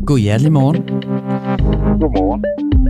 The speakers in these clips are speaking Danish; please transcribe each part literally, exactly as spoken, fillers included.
God hjertelig morgen. Godmorgen.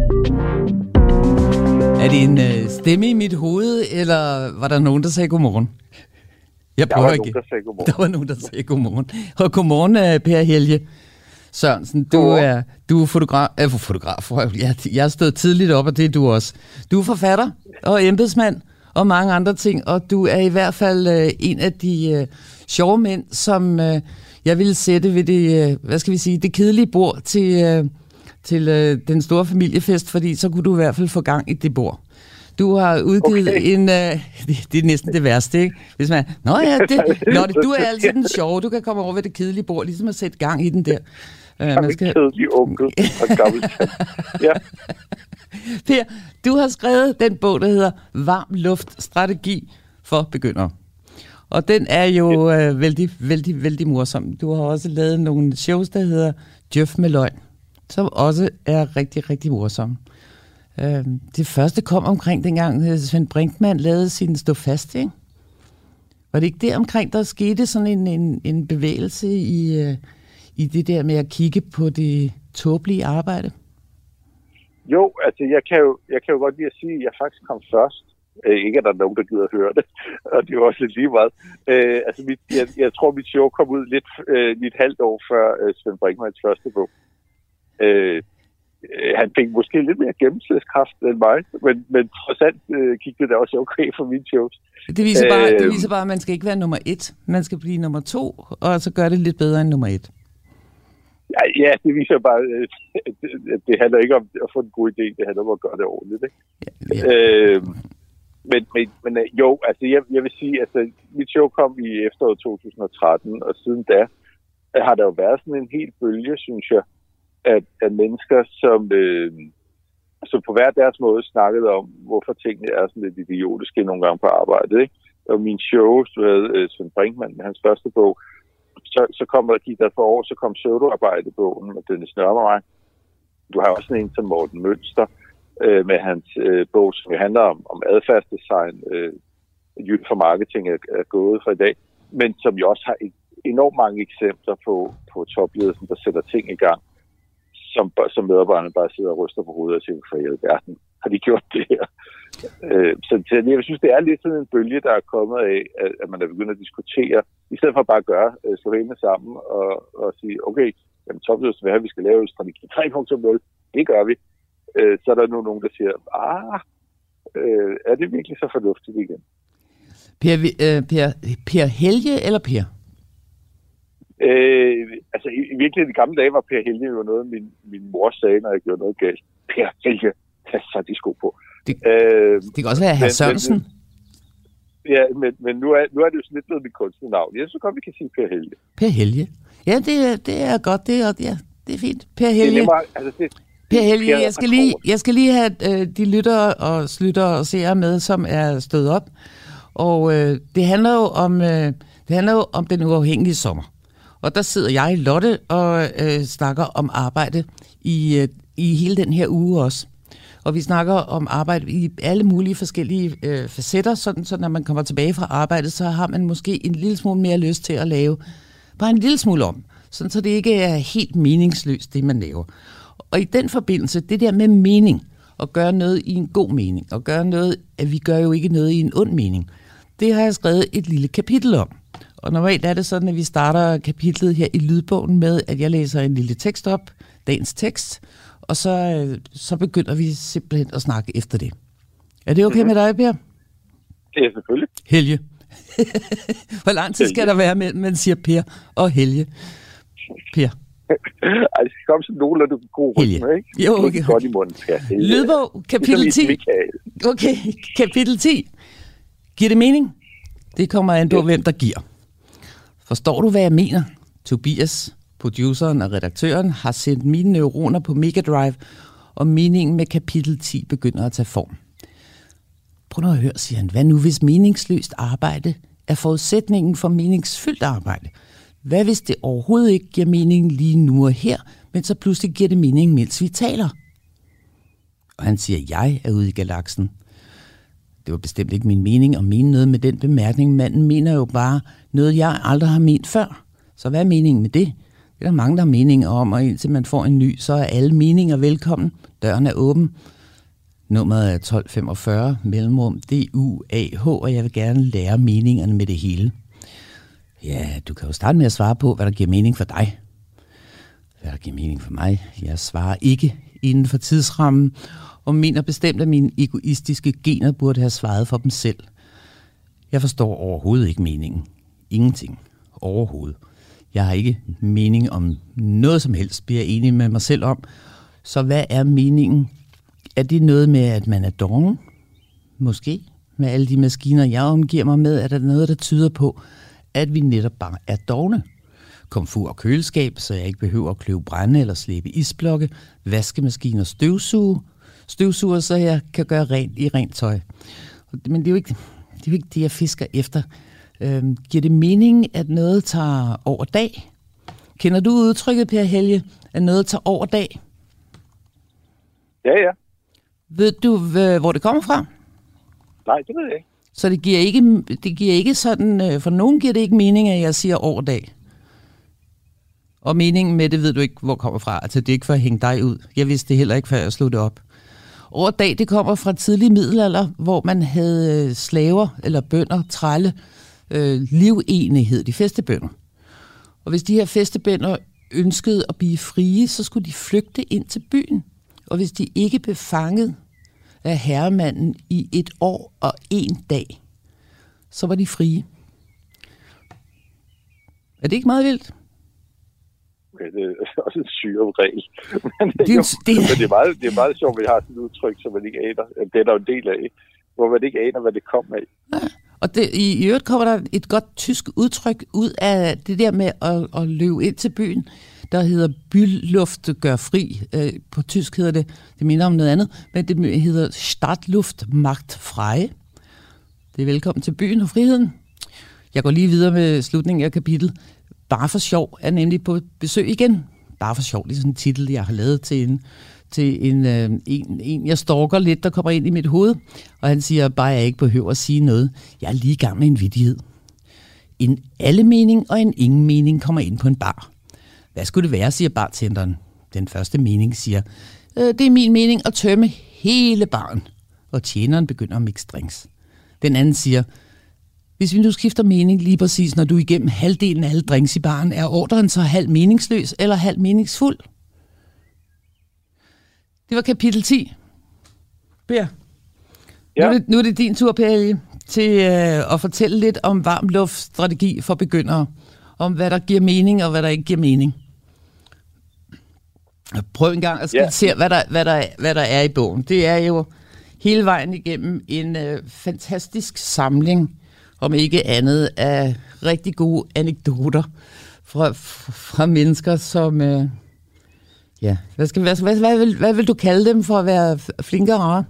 Er det en øh, stemme i mit hoved, eller var der nogen, der sagde godmorgen? Jeg der prøver var ikke. nogen, der sagde godmorgen. Der var nogen, der sagde godmorgen. Og godmorgen, Per Helge Sørensen. Du godmorgen. er, du er fotograf. Øh, fotograf. Jeg, jeg har stået tidligt op, og det er du også. Du er forfatter og embedsmand og mange andre ting, og du er i hvert fald øh, en af de øh, sjove mænd, som øh, jeg ville sætte ved det, øh, hvad skal vi sige, det kedelige bord til, øh, til øh, den store familiefest, fordi så kunne du i hvert fald få gang i det bord. Du har udgivet okay. en... Øh, det, det er næsten det værste, ikke? Hvis man... Nå ja, det, nå, det, du er altid den sjove. Du kan komme over ved det kedelige bord, ligesom at sætte gang i den der. Uh, man skal... kedelig onkel og gammel ja. Per, du har skrevet den bog, der hedder Varm Luft Strategi for Begyndere. Og den er jo øh, vældig, vældig, vældig morsom. Du har også lavet nogle shows, der hedder Djøf med løgn, som også er rigtig, rigtig morsomme. Øh, det første kom omkring dengang Svend Brinkmann lavede sin Stå fast, ikke? Var det ikke der omkring, der skete sådan en, en, en bevægelse i, øh, i det der med at kigge på det tåbelige arbejde? Jo, altså jeg kan jo, jeg kan jo godt lide at sige, at jeg faktisk kom først. Øh, ikke at der er nogen, der gider at høre det, og det er jo også lidt lige meget. Øh, altså mit, jeg, jeg tror, mit show kom ud lidt øh, et halvt år før øh, Svend Brinkmanns første bog. Øh, han fik måske lidt mere gennemslagskraft end mig, men, men trods alt øh, kiggede det også okay for mine shows. Det viser, bare, øh, det viser bare, at man skal ikke være nummer et. Man skal blive nummer to, og så gør det lidt bedre end nummer et. Ja, ja, det viser bare, at det, det handler ikke om at få en god idé, det handler om at gøre det ordentligt. Ikke? Ja, ja. Øh, men, men, men jo, altså jeg, jeg vil sige, altså mit show kom i efteråret to tusind og tretten, og siden da har der jo været sådan en helt bølge, synes jeg, at, at mennesker, som, øh, som på hver deres måde snakkede om, hvorfor tingene er sådan lidt idiotiske nogle gange på arbejdet. Ikke? Der var min show, du havde øh, Svend Brinkmann med hans første bog. Så, så kom der, gik der et par år, så kom Pseudoarbejde-bogen med Dennis Nørmark. Du har også en som Morten Mønster øh, med hans øh, bog, som handler om, om adfærdsdesign. Øh, Jytte for marketing er, er gået fra i dag, men som jo også har enormt mange eksempler på, på topledelsen, der sætter ting i gang, som, som medarbejderne bare sidder og ryster på hovedet og siger, for i alverden har de gjort det her. Øh, så, så jeg synes, det er lidt sådan en bølge, der er kommet af, at, at man er begyndt at diskutere, i stedet for bare at gøre, øh, slå hænderne sammen og, og sige, okay, jamen topledelsen vil have, vi skal lave en strategi tre punkt nul, det gør vi. Øh, så er der nu nogen, der siger, ah, øh, er det virkelig så fornuftigt igen? Per, øh, per, Per Helge eller Per? Øh, altså i, i virkeligheden i gamle dage var Per Helge jo noget, min, min mor sagde, når jeg gjorde noget galt. Per Helge, tag sig de sko på. Det, øh, det kan også være Hr. Sørensen. Men, ja, men, men nu, er, nu er det jo sådan lidt blevet mit kunstnernavn. Jeg synes godt, vi kan sige Per Helge. Per Helge. Ja, det, det er godt. Det er, ja, det er fint. Per Helge. Det er nemmere, altså det, Per Helge, jeg skal, lige, jeg skal lige have øh, de lyttere og slutter og seere med, som er stået op. Og øh, det handler jo om, øh, det handler jo om den uafhængige sommer. Og der sidder jeg, Lotte, og øh, snakker om arbejde i, øh, i hele den her uge også. Og vi snakker om arbejde i alle mulige forskellige øh, facetter, sådan så når man kommer tilbage fra arbejdet, så har man måske en lille smule mere lyst til at lave bare en lille smule om. Sådan så det ikke er helt meningsløst, det man laver. Og i den forbindelse, det der med mening, at gøre noget i en god mening, og gøre noget, at vi gør jo ikke noget i en ond mening, det har jeg skrevet et lille kapitel om. Og normalt er det sådan, at vi starter kapitlet her i lydbogen med, at jeg læser en lille tekst op, dagens tekst, og så, så begynder vi simpelthen at snakke efter det. Er det okay mm-hmm. med dig, Per? Det er selvfølgelig. Helge. Hvor lang tid skal Helge. Der være mellem, man siger Per og Helge? Per. Ej, det skal komme sådan nogen, du kan god rytme, ikke? Jo, okay. Godt i munden, skal jeg. Lydbog, kapitel ti. Okay, kapitel ti. Giver det mening? Det kommer an på, ja. Hvem der giver. Forstår du, hvad jeg mener? Tobias, produceren og redaktøren, har sendt mine neuroner på Megadrive, og meningen med kapitel ti begynder at tage form. Prøv nu at høre, siger han. Hvad nu, hvis meningsløst arbejde er forudsætningen for meningsfyldt arbejde? Hvad hvis det overhovedet ikke giver mening lige nu og her, men så pludselig giver det mening, mens vi taler? Og han siger, jeg er ude i galaksen. Det var bestemt ikke min mening at mene noget med den bemærkning. Manden mener jo bare noget, jeg aldrig har ment før. Så hvad er meningen med det? Det er der mange, der har meninger om, og indtil man får en ny, så er alle meninger velkommen. Døren er åben. Nummeret er tolv femogfyrre, mellemrum D U A H, og jeg vil gerne lære meningerne med det hele. Ja, du kan jo starte med at svare på, hvad der giver mening for dig. Hvad der giver mening for mig? Jeg svarer ikke inden for tidsrammen, og mener bestemt, at mine egoistiske gener burde have svaret for dem selv. Jeg forstår overhovedet ikke meningen. Ingenting. Overhovedet. Jeg har ikke mening om noget som helst, bliver jeg enig med mig selv om. Så hvad er meningen? Er det noget med, at man er doven? Måske. Med alle de maskiner, jeg omgiver mig med, er der noget, der tyder på, at vi netop bare er dovne. Komfur og køleskab, så jeg ikke behøver at kløve brænde eller slæbe isblokke. Vaskemaskiner og støvsuge. Støvsuger, så jeg kan gøre rent i rent tøj. Men det er jo ikke det, er jo ikke det jeg fisker efter. Øhm, giver det mening, at noget tager over dag? Kender du udtrykket, Per Helge, at noget tager over dag? Ja, ja. Ved du, hvor det kommer fra? Nej, det ved jeg ikke. Så det giver ikke, det giver ikke sådan, for nogen giver det ikke mening, at jeg siger over dag. Og meningen med det ved du ikke, hvor det kommer fra. Altså det er ikke for at hænge dig ud. Jeg vidste det heller ikke, før jeg slog det op. Over dag, det kommer fra tidlig middelalder, hvor man havde slaver eller bønder, trælle, øh, livenighed, de fæstebønder. Og hvis de her fæstebønder ønskede at blive frie, så skulle de flygte ind til byen. Og hvis de ikke blev fanget af herremanden i et år og en dag, så var de frie. Er det ikke meget vildt? Okay, det er også en syret regel. Men det, er jo, det, er... Men det, er meget, det er meget sjovt, at vi har sådan et udtryk, som man ikke aner. Det er der jo en del af, hvor man ikke aner, hvad det kommer af. Ja. Og det, i, i øvrigt kommer der et godt tysk udtryk ud af det der med at, at løbe ind til byen, der hedder Byluft gør fri. Øh, på tysk hedder det, det minder om noget andet, men det hedder Stadtluft macht frei. Det er velkommen til byen og friheden. Jeg går lige videre med slutningen af kapitlet. Bare for sjov er nemlig på besøg igen. Bare for sjov, det er sådan en titel, jeg har lavet til en, til en, øh, en, en, jeg stalker lidt, der kommer ind i mit hoved. Og han siger, bare jeg ikke behøver at sige noget. Jeg er lige i gang med en vittighed. En alle-mening og en ingen-mening kommer ind på en bar. Hvad skulle det være, siger bartenderen. Den første mening siger, øh, det er min mening at tømme hele baren. Og tjeneren begynder at mixe drinks. Den anden siger, hvis vi nu skifter mening lige præcis, når du er igennem halvdelen af alle drinks i baren, er ordren så halv meningsløs eller halv meningsfuld? Det var kapitel ti. Per, ja. nu, er det, nu er det din tur, Per Helge, til øh, at fortælle lidt om varmluftstrategi for begyndere. Om hvad der giver mening og hvad der ikke giver mening. Prøv en gang at skitsere, ja. hvad, der, hvad, der, hvad der er i bogen. Det er jo hele vejen igennem en øh, fantastisk samling, om ikke andet af rigtig gode anekdoter fra, fra mennesker, som... Øh, ja, hvad, skal, hvad, hvad, hvad, vil, hvad vil du kalde dem for at være flinkere?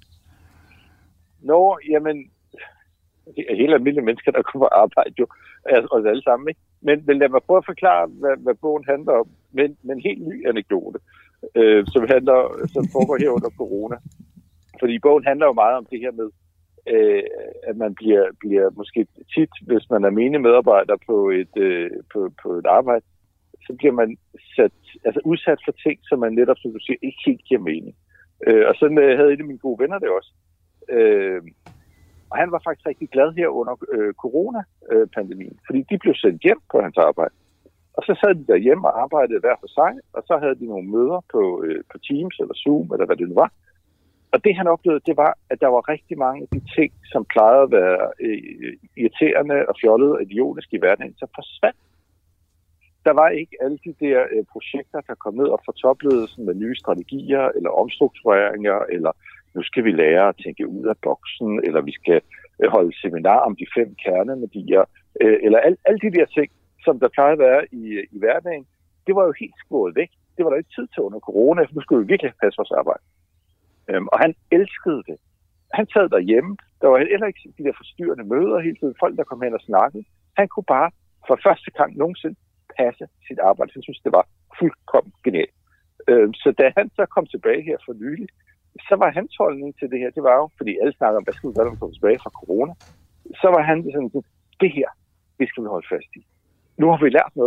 Nå, jamen... Det er helt almindelige mennesker, der kommer på arbejde jo, os alle sammen, ikke? Men, men lad mig prøve at forklare, hvad, hvad bogen handler om, men, men en helt ny anekdote, øh, som, handler, som foregår her under corona. Fordi bogen handler jo meget om det her med, øh, at man bliver, bliver måske tit, hvis man er menig medarbejder på et, øh, på, på et arbejde, så bliver man sat, altså udsat for ting, som man netop, som du siger, ikke helt giver mening. Øh, og sådan øh, havde en af mine gode venner det også. Øh, Og han var faktisk rigtig glad her under øh, coronapandemien, fordi de blev sendt hjem på hans arbejde. Og så sad de derhjemme og arbejdede hver for sig, og så havde de nogle møder på, øh, på Teams eller Zoom, eller hvad det nu var. Og det han oplevede, det var, at der var rigtig mange af de ting, som plejede at være øh, irriterende og fjollede og idiotiske i hverdagen, som forsvandt. Der var ikke alle de der øh, projekter, der kom ned og fortoplede med nye strategier, eller omstruktureringer, eller nu skal vi lære at tænke ud af boksen, eller vi skal holde seminar om de fem kerneværdier, eller alle, alle de der ting, som der plejede at være i, i hverdagen, det var jo helt skåret væk. Det var der ikke tid til under corona, for nu skulle vi virkelig passe vores arbejde. Øhm, og han elskede det. Han sad derhjemme. Der var heller ikke de der forstyrrende møder hele tiden. Folk, der kom hen og snakkede. Han kunne bare for første gang nogensinde passe sit arbejde. Han synes, det var fuldkommen genialt. Øhm, så da han så kom tilbage her for nylig, så var hans holdning til det her, det var jo, fordi alle snakker om, hvad skal vi gøre, når vi kommer tilbage fra corona, så var han sådan, det her, det skal vi holde fast i. Nu har vi lært noget.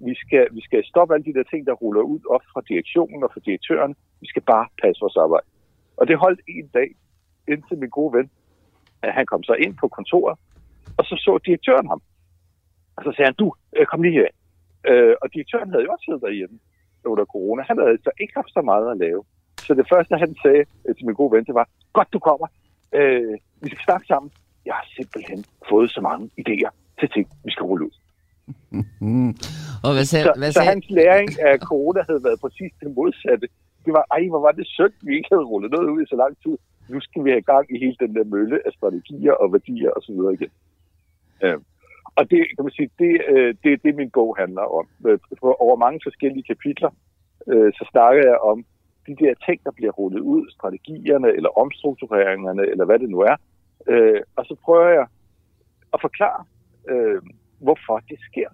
vi skal, vi skal stoppe alle de der ting, der ruller ud op fra direktionen og fra direktøren. Vi skal bare passe vores arbejde. Og det holdt en dag, indtil min gode ven, at han kom så ind på kontoret, og så så direktøren ham. Og så sagde han, du, kom lige her. Øh, og direktøren havde jo også siddet derhjemme under corona. Han havde så ikke haft så meget at lave. Så det første, han sagde til min gode ven, det var, godt du kommer. Øh, vi skal snakke sammen. Jeg har simpelthen fået så mange idéer til ting, vi skal rulle ud. og hvad sagde, så, hvad så sagde... hans læring af corona havde været præcis det modsatte. Det var, ej, hvor var det synd, vi ikke havde rullet noget ud i så lang tid. Nu skal vi have gang i hele den der mølle af strategier og værdier og så videre igen. Øh. Og det, kan man sige, det, det, det min bog handler om. For over mange forskellige kapitler, så snakker jeg om de der ting, der bliver rullet ud, strategierne eller omstruktureringerne, eller hvad det nu er. Og så prøver jeg at forklare, hvorfor det sker.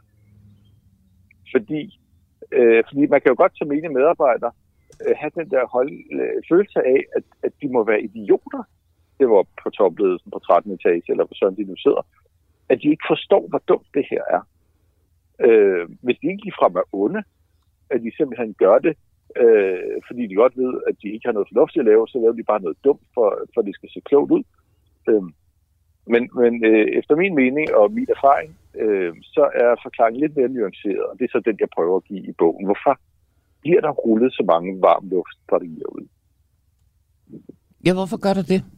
Fordi, fordi man kan jo godt som menig medarbejder have den der hold, følelse af, at, at de må være idioter. Det var på topledelsen på trettende etage, eller på sådan de nu sidder. At de ikke forstår, hvor dumt det her er. Øh, hvis de ikke ligefrem er onde, at de simpelthen gør det, øh, fordi de godt ved, at de ikke har noget fornuftigt at lave, så laver de bare noget dumt, for, for det skal se klogt ud. Øh, men men øh, efter min mening og min erfaring, øh, så er forklaringen lidt mere nuanceret, og det er så den, jeg prøver at give i bogen. Hvorfor bliver der rullet så mange varmluftstrategier ud? Ja, hvorfor gør der det?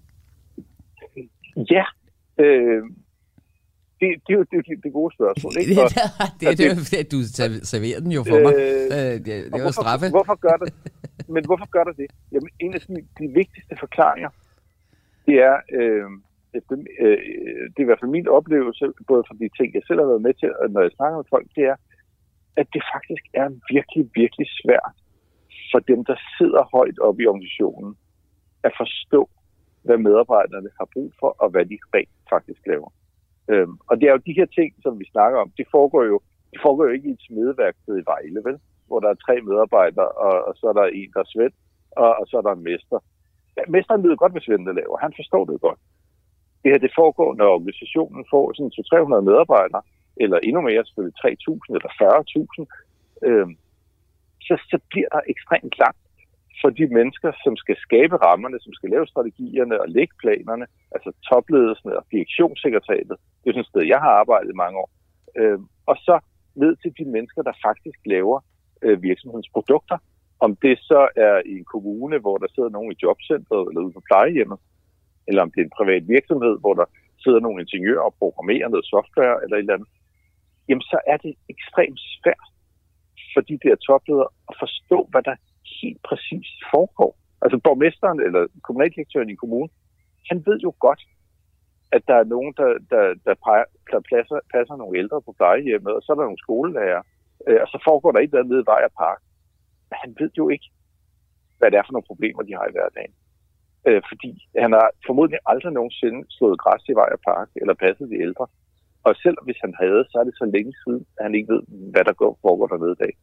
Ja, øh, Det, det er jo det, det gode spørgsmål, ikke? Og, det, det, det, det, du serverer den jo for mig. Øh, det det er jo straffe. Hvorfor gør det? Men hvorfor gør det det? Jamen, en af de, de vigtigste forklaringer, det er, øh, efter, øh, det er i hvert fald min oplevelse, både fra de ting, jeg selv har været med til, og når jeg snakker med folk, det er, at det faktisk er virkelig, virkelig svært for dem, der sidder højt oppe i organisationen, at forstå, hvad medarbejderne har brug for, og hvad de rent faktisk laver. Øhm, og det er jo de her ting, som vi snakker om, det foregår jo, det foregår jo ikke i et smedeværksted i Vejle, vel? Hvor der er tre medarbejdere, og, og så er der en, der er Svend, og, og så er der en mester. Ja, mesteren lyder godt, hvad Svend der laver. Han forstår det godt. Det her, det foregår, når organisationen får sådan to til tre hundrede medarbejdere, eller endnu mere, selvfølgelig tre tusind eller fyrre tusind, øhm, så, så bliver der ekstremt langt for de mennesker, som skal skabe rammerne, som skal lave strategierne og lægge planerne, altså topledelsen og direktionssekretariatet. Det er sådan et sted, jeg har arbejdet i mange år. Øh, og så ned til de mennesker, der faktisk laver øh, virksomhedens produkter. Om det så er i en kommune, hvor der sidder nogen i jobcentret eller ude på plejehjemmet, eller om det er en privat virksomhed, hvor der sidder nogle ingeniører og programmerer noget software eller et eller andet, jamen så er det ekstremt svært for de der topledere at forstå, hvad der helt præcis foregår. Altså borgmesteren eller kommunaldirektøren i kommunen, han ved jo godt, at der er nogen, der, der, der, peger, der passer, passer nogle ældre på plejehjemmet, og så er der nogle skolelærer, øh, og så foregår der et eller andet nede i Vejle Park. Men han ved jo ikke, hvad det er for nogle problemer, de har i hverdagen. Øh, fordi han har formodentlig aldrig nogensinde slået græs i Vejle Park, eller passet de ældre. Og selv hvis han havde, så er det så længe siden, at han ikke ved, hvad der går, foregår dernede i dag.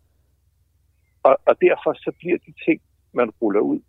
Og, og derfor så bliver de ting, man ruller ud,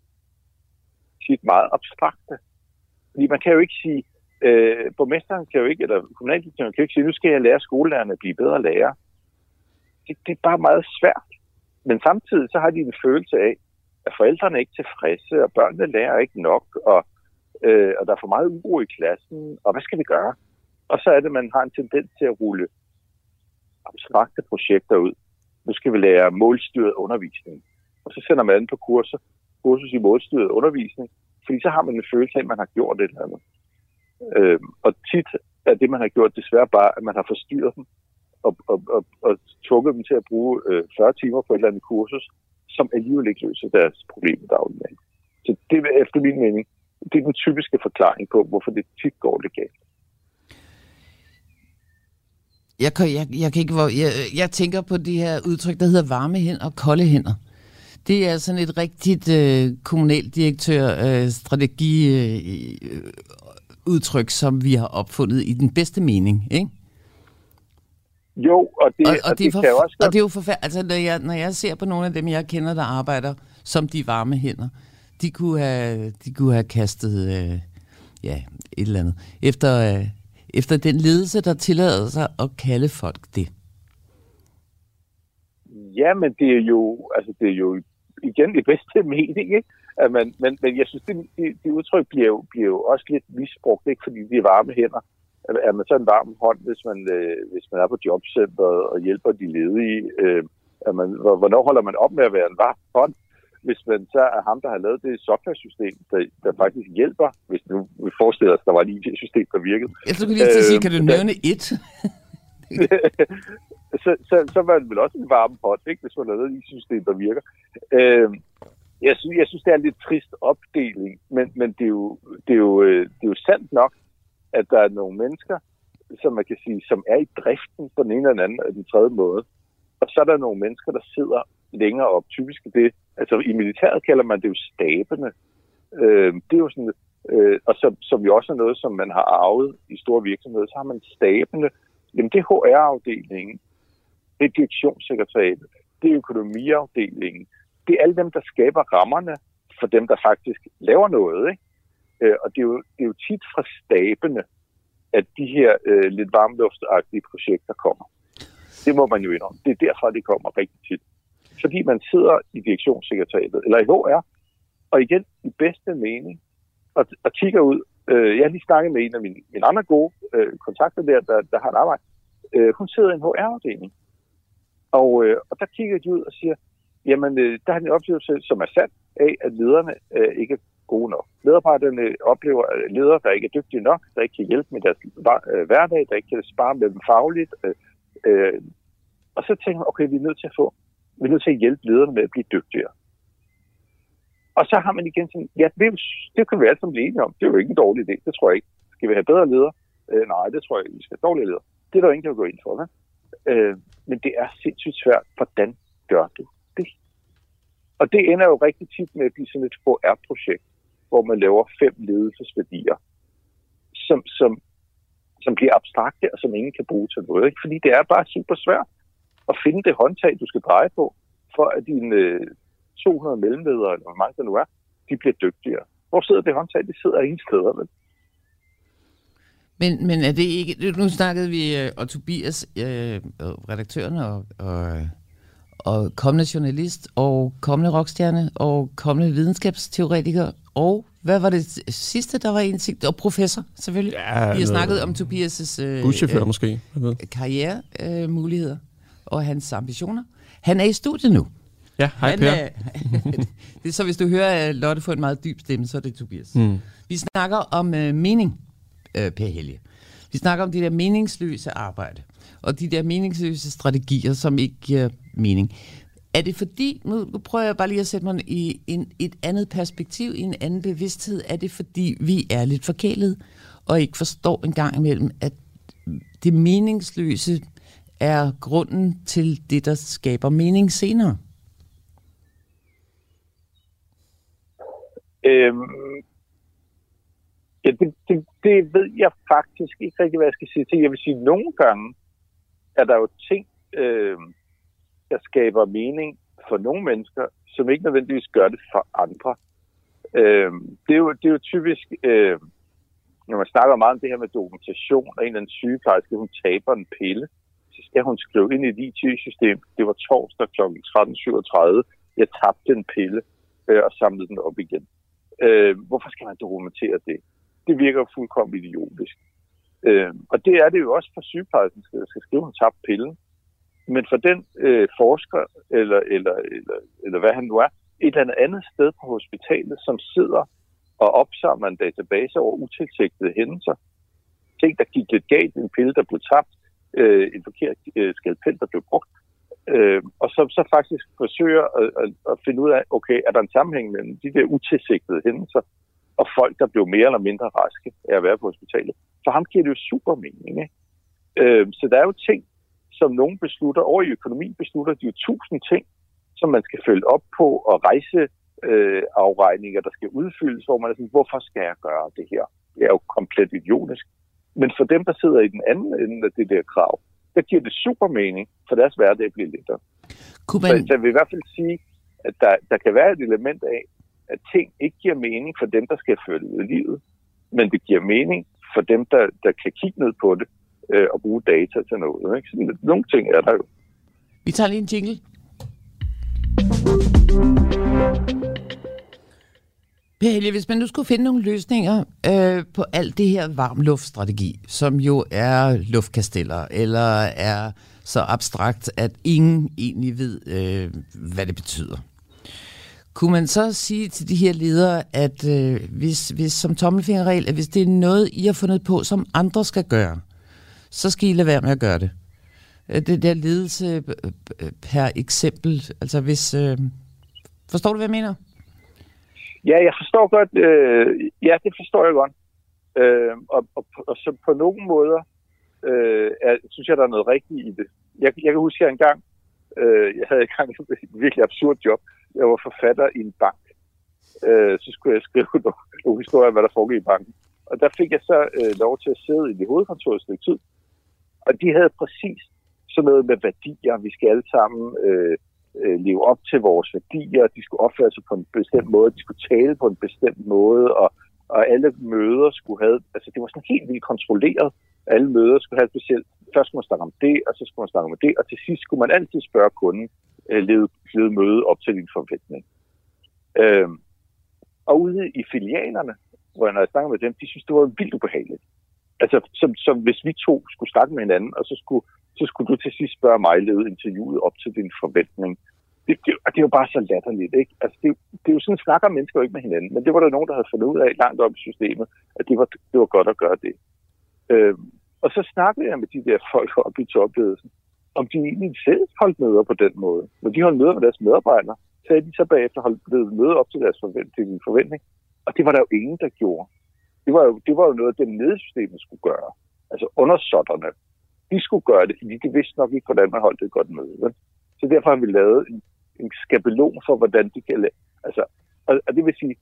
tit meget abstrakte. Fordi man kan jo ikke sige, øh, borgmesteren kan jo ikke, eller kommunaldirektøren kan jo ikke sige, nu skal jeg lære skolelærerne at blive bedre lærere. Det, det er bare meget svært. Men samtidig så har de en følelse af, at forældrene er ikke tilfredse, og børnene lærer ikke nok, og, øh, og der er for meget uro i klassen, og hvad skal vi gøre? Og så er det, at man har en tendens til at rulle abstrakte projekter ud. Nu skal vi lære målstyret undervisning. Og så sender man an på kurser, kursus i målstyret undervisning, fordi så har man en følelse af, at man har gjort et eller andet. Øh, og tit er det, man har gjort, desværre bare, at man har forstyrret dem og, og, og, og tvunget dem til at bruge øh, fyrre timer på et eller andet kursus, som alligevel ikke løser deres problemer dagligdagen. Så det er efter min mening, det er den typiske forklaring på, hvorfor det tit går lidt galt. Jeg, kan, jeg, jeg, kan ikke, jeg, jeg tænker på de her udtryk, der hedder varme hænder og kolde hænder. Det er sådan et rigtigt øh, kommunaldirektør-strategi øh, øh, udtryk, som vi har opfundet i den bedste mening, ikke? Jo, og det, og, og og det, det for, kan også og det er jo forfærdeligt. Altså, når jeg, når jeg ser på nogle af dem, jeg kender, der arbejder som de varme hænder, de kunne have, de kunne have kastet øh, ja, et eller andet. Efter... Øh, Efter den ledelse, der tillader sig at kalde folk det. Ja, men det er jo, altså det er jo igen det bedste mening, ikke? At man, men, men jeg synes, det, det, det udtryk bliver jo, bliver jo også lidt misbrugt, ikke? Fordi de er varme hænder. Er man så en varm hånd, hvis man, øh, hvis man er på jobcentret og hjælper de ledige? Øh, er man, hvornår holder man op med at være en varm hånd, hvis man så er ham, der har lavet det software-system, der, der faktisk hjælper, hvis nu vi forestiller os, der var et I T-system, der virkede. Jeg skulle lige til at sige, kan du nævne et? så, så, så var det vel også en varm hånd, ikke, hvis man har lavet et I T-system, der virker. Øh, jeg, synes, jeg synes, det er en lidt trist opdeling, men, men det, er jo, det, er jo, det er jo sandt nok, at der er nogle mennesker, som man kan sige, som er i driften på den ene eller den anden og den tredje måde. Og så er der nogle mennesker, der sidder længere op. Typisk det, altså i militæret kalder man det jo stabene. Øh, det er jo sådan, øh, og som, som jo også er noget, som man har arvet i store virksomheder, så har man stabene. Jamen det er H R-afdelingen, det er direktionssekretariatet, det er økonomiafdelingen. Det er alle dem, der skaber rammerne for dem, der faktisk laver noget, ikke? Øh, og det er, jo, det er jo tit fra stabene, at de her øh, lidt varmluftagtige projekter kommer. Det må man jo indrømme. Det er derfra, det kommer rigtig tit. Fordi man sidder i direktionssekretariatet, eller i H R, og igen i bedste mening, og, og kigger ud. Øh, jeg har lige snakket med en af mine, mine andre gode øh, kontakter der, der, der har et arbejde. Øh, hun sidder i en H R-afdeling. Og, øh, og der kigger de ud og siger, jamen, øh, der har en oplevelse, som er sand af, at lederne øh, ikke er gode nok. Medarbejderne oplever ledere, der ikke er dygtige nok, der ikke kan hjælpe med deres hverdag, der ikke kan spare med dem fagligt. Øh, øh, og så tænker man, okay, vi er nødt til at få, vi er nødt til at hjælpe lederne med at blive dygtigere. Og så har man igen sådan, ja, det, det kan vi alle sammen blive enige om. Det er jo ikke en dårlig idé, det tror jeg ikke. Skal vi have bedre ledere? Øh, nej, det tror jeg ikke. Vi skal have dårlige ledere. Det er der jo ingen, der vil gå ind for. Øh, men det er sindssygt svært. Hvordan gør du det? Og det ender jo rigtig tit med at blive sådan et H R-projekt, hvor man laver fem ledelsesværdier, som, som, som bliver abstrakte, og som ingen kan bruge til noget. Ikke? Fordi det er bare super svært at finde det håndtag, du skal dreje på, for at dine øh, to hundrede mellemledere, eller hvor mange der nu er, de bliver dygtigere. Hvor sidder det håndtag? Det sidder ingen steder, vel? Men, men er det ikke... Nu snakkede vi, og Tobias, øh, redaktøren og... og og kommende journalist, og kommende rockstjerne, og kommende videnskabsteoretiker, og hvad var det sidste, der var en ting? Og professor, selvfølgelig. Ja, vi har snakket om Tobias' øh, buschauffør, øh, måske. karrieremuligheder øh, og hans ambitioner. Han er i studiet nu. Ja, hej Per. Er, det er så, hvis du hører Lotte få en meget dyb stemme, så er det Tobias. Mm. Vi snakker om øh, mening, øh, Per Helge. Vi snakker om det der meningsløse arbejde, og de der meningsløse strategier, som ikke giver mening. Er det fordi, nu prøver jeg bare lige at sætte mig i en, et andet perspektiv, i en anden bevidsthed, er det fordi, vi er lidt forkælet, og ikke forstår en gang imellem, at det meningsløse er grunden til det, der skaber mening senere? Øhm, ja, det, det, det ved jeg faktisk ikke rigtig, hvad jeg skal sige til. Jeg vil sige, at nogle gange er der jo ting, øh, der skaber mening for nogle mennesker, som ikke nødvendigvis gør det for andre. Øh, det, er jo, det er jo typisk, øh, når man snakker meget om det her med dokumentation, og en eller anden sygeplejerske, hun taber en pille, så skal hun skrive ind i et I T-system. Det var torsdag klokken tretten syvogtredive. Jeg tabte en pille øh, og samlede den op igen. Øh, hvorfor skal man dokumentere det? Det virker fuldkommen idiotisk. Øh, og det er det jo også for sygeplejersken, der skal skrive, hun tabte pillen. Men for den øh, forsker, eller, eller, eller, eller hvad han nu er, et eller andet sted på hospitalet, som sidder og opsamler en database over utilsigtede hændelser, ting, der gik lidt galt, en pille, der blev tabt, øh, en forkert øh, skalpel, der blev brugt, øh, og så, så faktisk forsøger at, at, at finde ud af, okay, er der en sammenhæng mellem de der utilsigtede hændelser, og folk, der blev mere eller mindre raske af at være på hospitalet. For ham giver det jo super mening, ikke? Øh, så der er jo ting, som nogen beslutter, over i økonomi beslutter de jo tusind ting, som man skal følge op på, og rejse øh, afregninger, der skal udfyldes, hvor man er sådan, hvorfor skal jeg gøre det her? Det er jo komplet idiotisk. Men for dem, der sidder i den anden ende af det der krav, der giver det super mening, for deres hverdag bliver lettere. Man... Så, så jeg vil i hvert fald sige, at der, der kan være et element af, at ting ikke giver mening for dem, der skal følge ud i livet, men det giver mening for dem, der, der kan kigge ned på det øh, og bruge data til noget. Ikke? Så nogle ting er der jo. Vi tager lige en jingle. Per Helge, hvis man nu skulle finde nogle løsninger øh, på alt det her varmluftstrategi, som jo er luftkasteller, eller er så abstrakt, at ingen egentlig ved, øh, hvad det betyder. Kunne man så sige til de her ledere, at øh, hvis, hvis som tommelfingerregel, at hvis det er noget, I har fundet på, som andre skal gøre, så skal I lade være med at gøre det? Det der ledelse per eksempel, altså hvis... Øh, forstår du, hvad jeg mener? Ja, jeg forstår godt. Øh, ja, det forstår jeg godt. Øh, og, og, og så på nogle måder, øh, er, synes jeg, der er noget rigtigt i det. Jeg, jeg kan huske, at jeg engang, øh, jeg havde engang et virkelig absurd job. Jeg var forfatter i en bank. Øh, så skulle jeg skrive nogle, nogle historier, hvad der foregik i banken. Og der fik jeg så øh, lov til at sidde i det hovedkontor et stykke tid. Og de havde præcis sådan noget med værdier. Vi skal alle sammen øh, øh, leve op til vores værdier. De skulle opføre sig på en bestemt måde. De skulle tale på en bestemt måde. Og, og alle møder skulle have... Altså, det var sådan helt vildt kontrolleret. Alle møder skulle have specielt... Først skulle man snakke om det, og så skulle man snakke om det. Og til sidst skulle man altid spørge kunden, øh, lede, lede møde op til din forventning. Øh, og ude i filialerne, hvor jeg, når jeg snakkede med dem, de synes, det var vildt ubehageligt. Altså, som, som hvis vi to skulle snakke med hinanden, og så skulle, så skulle du til sidst spørge mig, lede interviewet op til din forventning. Det, det, og det er jo bare så latterligt, ikke? Altså, det, det er jo sådan, snakker mennesker jo ikke med hinanden, men det var der nogen, der havde fundet ud af langt op i systemet, at det var, det var godt at gøre det. Øh, og så snakkede jeg med de der folk oppe i topledelsen, om de egentlig selv holdt møder på den måde. Når de holdt møder med deres medarbejdere, så havde de så bagefter holdt møder op til deres forventning, forventning, og det var der jo ingen, der gjorde. Det var, jo, det var jo noget, det nedesystemet skulle gøre. Altså undersåtterne. De skulle gøre det, fordi de vidste nok ikke, hvordan man holdt et godt møde. Vel? Så derfor har vi lavet en, en skabelon for, hvordan de kan lave. Altså, og, og det vil sige,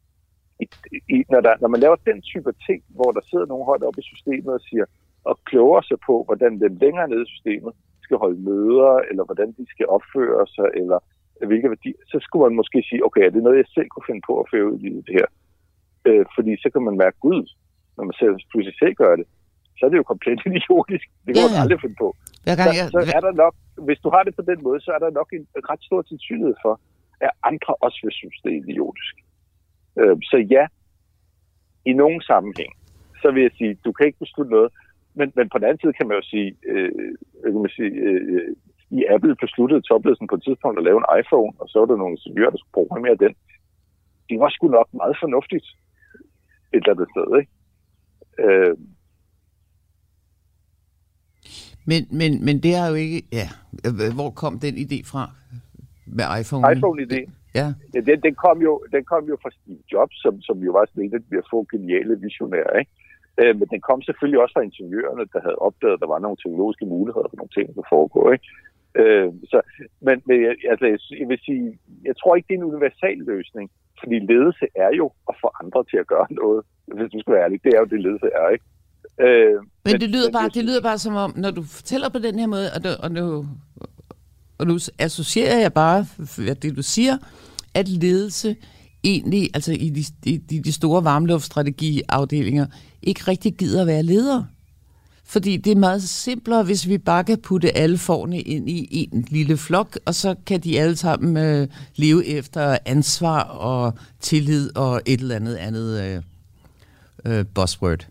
i, i, når, der, når man laver den type ting, hvor der sidder nogen højt oppe i systemet og siger, og kloger sig på, hvordan den længere nede i systemet skal holde møder, eller hvordan de skal opføre sig, eller hvilke værdier, så skulle man måske sige, okay, er det noget, jeg selv kunne finde på at føre ud i det her? Øh, fordi så kan man mærke, gud, når man selv, pludselig selv gør det, så er det jo komplet idiotisk. Det kan ja, man aldrig finde på. Gang, så, jeg... så er der nok, hvis du har det på den måde, så er der nok en ret stor sandsynlighed for, at andre også vil synes, det er idiotisk. Øh, så ja, i nogen sammenhæng, så vil jeg sige, du kan ikke beslutte noget, men, men på den anden side kan man jo sige, øh, kan man sige øh, i Apple besluttede topledelsen på et tidspunkt at lave en iPhone, og så var der nogle ingeniører, der skulle programmere den. Det var sgu nok meget fornuftigt et eller andet sted, ikke? Øh. Men, men, men det er jo ikke... Ja, hvor kom den idé fra med iPhone? iPhone-idé? Ja. Ja den, den, kom jo, den kom jo fra Steve Jobs, som, som jo var sådan en af de få geniale visionærer, ikke? Øh, men den kom selvfølgelig også fra ingeniørerne, der havde opdaget, at der var nogle teknologiske muligheder for nogle ting, der foregår, ikke? Øh, så, men men altså, jeg vil sige, jeg tror ikke, det er en universal løsning, fordi ledelse er jo at få andre til at gøre noget. Hvis du skal være ærlig, det er jo det, ledelse er, ikke? Øh, men, men det lyder, bare, det lyder bare som om, når du fortæller på den her måde, og, du, og, nu, og nu associerer jeg bare det, du siger, at ledelse egentlig, altså i de, de, de store varmluftstrategiafdelinger, ikke rigtig gider at være leder. Fordi det er meget simplere, hvis vi bare kan putte alle forne ind i en lille flok, og så kan de alle sammen øh, leve efter ansvar og tillid og et eller andet andet øh, øh, buzzword.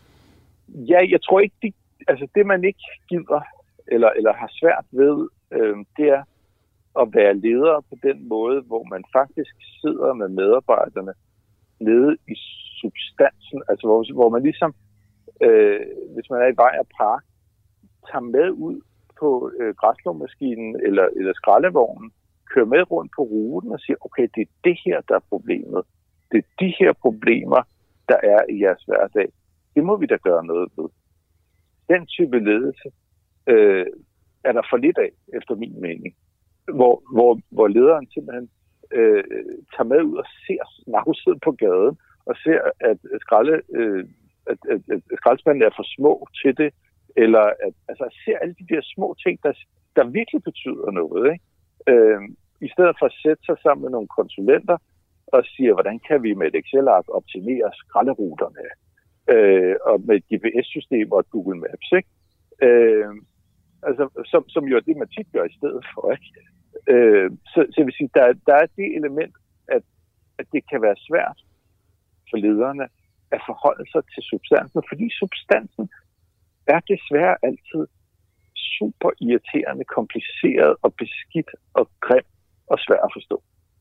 Ja, jeg tror ikke, de, altså det man ikke gider, eller, eller har svært ved, øh, det er at være leder på den måde, hvor man faktisk sidder med medarbejderne nede i substansen, altså hvor, hvor man ligesom Øh, hvis man er i vej og park, tager med ud på øh, græsslåmaskinen eller, eller skraldevognen, kører med rundt på ruten og siger, okay, det er det her, der er problemet. Det er de her problemer, der er i jeres hverdag. Det må vi da gøre noget ved. Den type ledelse øh, er der for lidt af, efter min mening. Hvor, hvor, hvor lederen simpelthen øh, tager med ud og ser snavset på gaden, og ser, at skralde... Øh, at, at, at skraldespandene er for små til det, eller at altså, ser alle de der små ting, der, der virkelig betyder noget, ikke? Øh, i stedet for at sætte sig sammen med nogle konsulenter og sige, hvordan kan vi med et Excel-ark optimere skralderuterne, øh, og med et G P S-system og et Google Maps, ikke? Øh, altså, som, som jo er det, man tit gør i stedet for, ikke? Øh, så, så jeg vil sige, der, der er det element, at, at det kan være svært for lederne at forholde sig til substansen, fordi substansen er desværre altid super irriterende, kompliceret og beskidt og grim og svær at forstå.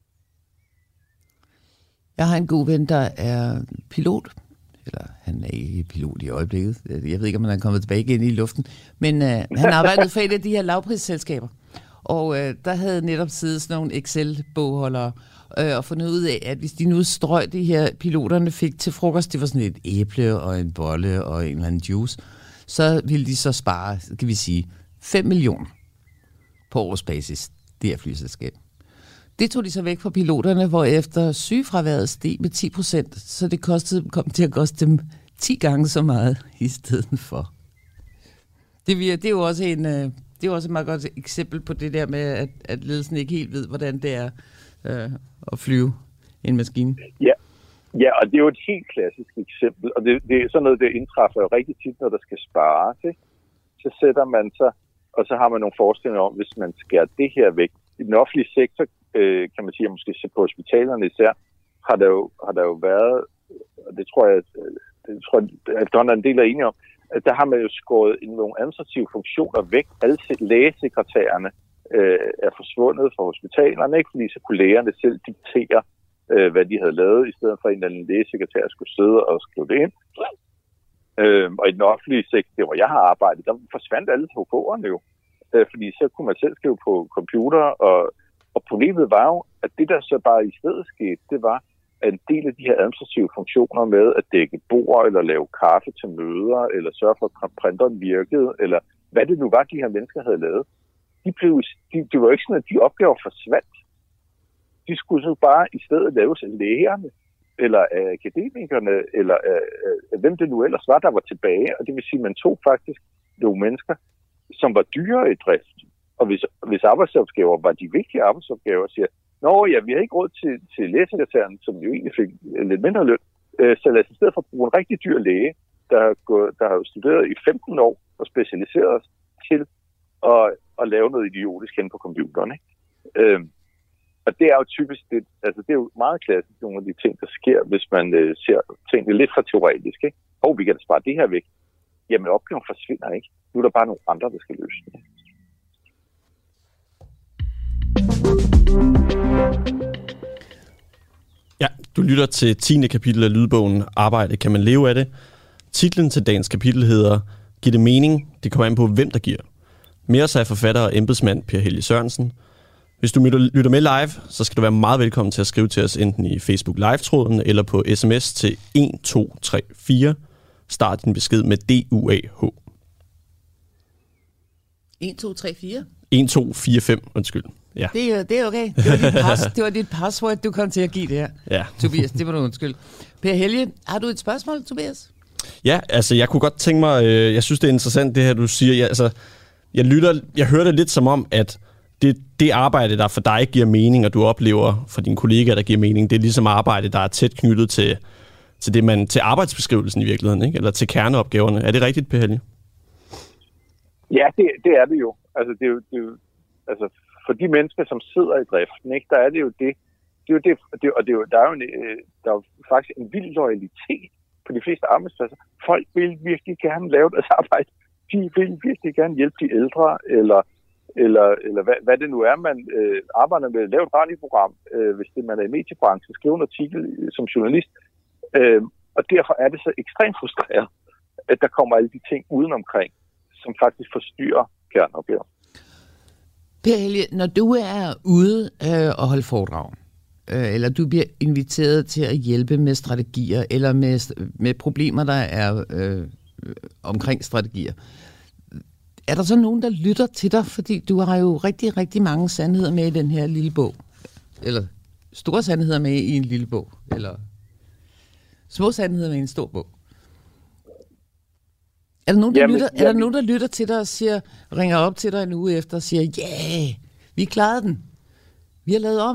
Jeg har en god ven, der er pilot. Eller han er ikke pilot i øjeblikket. Jeg ved ikke, om han er kommet tilbage igen i luften. Men øh, han arbejdede for et af de her lavprisselskaber. Og øh, der havde netop siddet sådan nogle Excel-bogholdere øh, og fundet ud af, at hvis de nu strøg de her piloterne fik til frokost, det var sådan et æble og en bolle og en eller anden juice, så ville de så spare, kan vi sige, fem millioner på årsbasis, det her flyselskab. Det tog de så væk fra piloterne, hvor efter sygefraværet steg med ti procent, så det kostede, kom til at koste dem ti gange så meget i stedet for. Det, det er jo også en, det er også et meget godt eksempel på det der med, at, at ledelsen ikke helt ved, hvordan det er øh, at flyve en maskine. Ja. Ja, og det er jo et helt klassisk eksempel, og det, det er sådan noget, der indtræffer jo rigtig tit, når der skal spares, ikke? Så sætter man sig, og så har man nogle forestillinger om, hvis man skærer det her væk. I den offentlige sektor, øh, kan man sige, at måske på hospitalerne især, har der jo, har der jo været, og det tror jeg, det tror jeg, at der er en del af enige om, at der har man jo skåret nogle administrative funktioner væk. Alle lægesekretærerne øh, er forsvundet fra hospitalerne, ikke? Fordi så kunne lægerne selv diktere, hvad de havde lavet, i stedet for en eller anden lægesekretær skulle sidde og skrive det ind. Øhm, og i den offentlige sektor, hvor jeg har arbejdet, der forsvandt alle H K'erne jo. Øh, fordi så kunne man selv skrive på computer, og, og problemet var jo, at det der så bare i stedet skete, det var, at en del af de her administrative funktioner med at dække bord, eller lave kaffe til møder, eller sørge for, at printeren virkede, eller hvad det nu var, de her mennesker havde lavet, de blev, de, det var ikke sådan, at de opgaver forsvandt. De skulle så bare i stedet laves af lægerne, eller af akademikerne, eller af, af, af hvem det nu ellers var, der var tilbage. Og det vil sige, at man tog faktisk nogle mennesker, som var dyre i drift. Og hvis, hvis arbejdsopgaver var de vigtige arbejdsopgaver, siger, nå ja, vi har ikke råd til, til lægesekretæren, som jo egentlig fik lidt mindre løn, så lad os i stedet for bruge en rigtig dyr læge, der har, gået, der har studeret i femten år og specialiseret os til at, at lave noget idiotisk hen på computeren. Ikke? Øhm, Og det er jo typisk, det, altså det er jo meget klassisk, nogle af de ting, der sker, hvis man øh, ser tingene lidt for teoretisk. Ikke? Hov, vi kan da spare det her væk. Jamen, opgaven forsvinder ikke. Nu er der bare nogle andre, der skal løse det. Ja, du lytter til tiende kapitel af lydbogen Arbejde, kan man leve af det? Titlen til dagens kapitel hedder Giv det mening? Det kommer an på, hvem der giver. Mere sig forfatter og embedsmand Per Helge Sørensen. Hvis du lytter med live, så skal du være meget velkommen til at skrive til os enten i Facebook Live-tråden eller på sms til et to tre fire. Start din besked med D U A H. et to tre fire? et to fire fem, undskyld. Ja. Det, er, det er okay. Det var, dit pas, det var dit password, du kom til at give det her. Ja. Tobias, det var du undskyld. Per Helge, har du et spørgsmål, Tobias? Ja, altså jeg kunne godt tænke mig, øh, jeg synes det er interessant det her, du siger. Jeg, altså, jeg, lytter, jeg hører det lidt som om, at Det, det arbejde, der for dig giver mening, og du oplever for dine kollegaer, der giver mening, det er ligesom arbejde, der er tæt knyttet til, til, det, man, til arbejdsbeskrivelsen i virkeligheden, ikke? Eller til kerneopgaverne. Er det rigtigt, Per Helge? Ja, det, det er det jo. Altså, det er jo, det er jo altså, for de mennesker, som sidder i driften, ikke, der er det jo det. det, er jo det, det og det er jo, der er jo en, der er jo faktisk en vild loyalitet på de fleste arbejdspladser. Folk vil virkelig gerne lave deres arbejde. De vil virkelig gerne hjælpe de ældre, eller eller, eller hvad, hvad det nu er, man øh, arbejder med at lave et radioprogram, øh, hvis det man er i mediebranchen, skrive en artikel øh, som journalist. Øh, og derfor er det så ekstremt frustreret, at der kommer alle de ting udenomkring, som faktisk forstyrrer kerneopgaven. Per Helge, når du er ude øh, og holde foredrag, øh, eller du bliver inviteret til at hjælpe med strategier, eller med, med problemer, der er øh, omkring strategier, er der så nogen, der lytter til dig? Fordi du har jo rigtig, rigtig mange sandheder med i den her lille bog. Eller store sandheder med i en lille bog. Eller små sandheder med i en stor bog. Er der nogen, der, jamen, lytter, jamen. Er der nogen, der lytter til dig og siger, ringer op til dig en uge efter og siger, ja, yeah, vi klarede den. Vi har lavet om.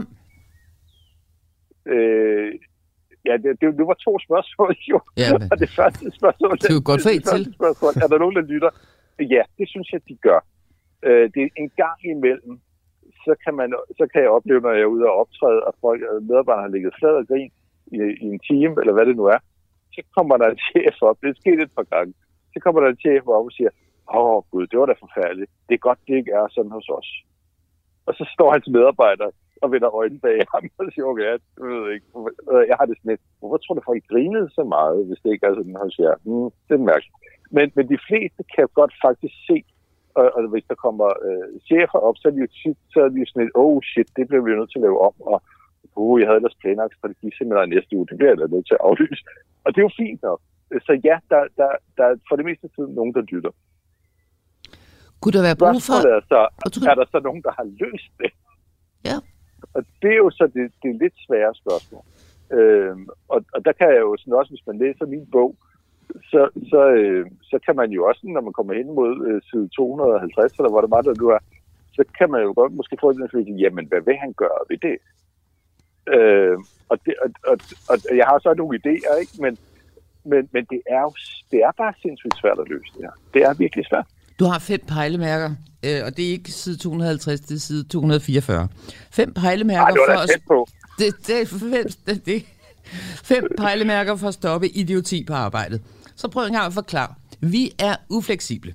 Øh, ja, det, det, det var to spørgsmål, jo. Jamen. Og det første spørgsmål... Det er jo godt for et til. Spørgsmål, er der nogen, der lytter? Ja, det synes jeg, de gør. Øh, det er en gang imellem, så kan, man, så kan jeg opleve, når jeg er ude og optræde, at folk, medarbejdere har ligget flad og grin, i, i en time, eller hvad det nu er, så kommer der en chef op, det er sket et par gange, så kommer der en chef op og siger, åh gud, det var da forfærdeligt, det er godt, det ikke er sådan hos os. Og så står hans medarbejder og vender øjnene bag ham og siger, okay, jeg ved ikke, jeg har det sådan lidt, hvorfor tror du, folk grinede så meget, hvis det ikke er sådan hos jer? Hmm, det er mærkeligt. Men, men de fleste kan godt faktisk se, og, og hvis der kommer øh, chefer op, så er de jo tit, så er de jo sådan lidt, oh shit, det bliver vi nødt til at lave om, og oh, jeg havde ellers planlagt strategiseminar næste uge, det bliver jeg da nødt til at aflyse. Og det er jo fint nok. Så ja, der, der, der er for det meste tid nogen, der lytter. Kunne der være brug for... Er, så, er der så nogen, der har løst det? Ja. Og det er jo så det, det er lidt svære spørgsmål. Øhm, og, og der kan jeg jo sådan også, hvis man læser min bog, så, så, øh, så kan man jo også, når man kommer hen mod øh, side to hundrede og halvtreds, eller hvor det var, der du er, så kan man jo godt måske få den følelse, jamen hvad vil han gøre ved det? Øh, og, det og, og, og jeg har så nogle idéer, ikke? Men, men, men det er jo det er bare sindssygt svært at løse det her. Det er virkelig svært. Du har fem pejlemærker, øh, og det er ikke side to hundrede og halvtreds, det er side to hundrede og fireogfyrre. Fem pejlemærker Ej, det var for da tæt på. Det, det, det, det, det. Fem pejlemærker for at stoppe idioti på arbejdet. Så prøv en gang at forklare. Vi er ufleksible.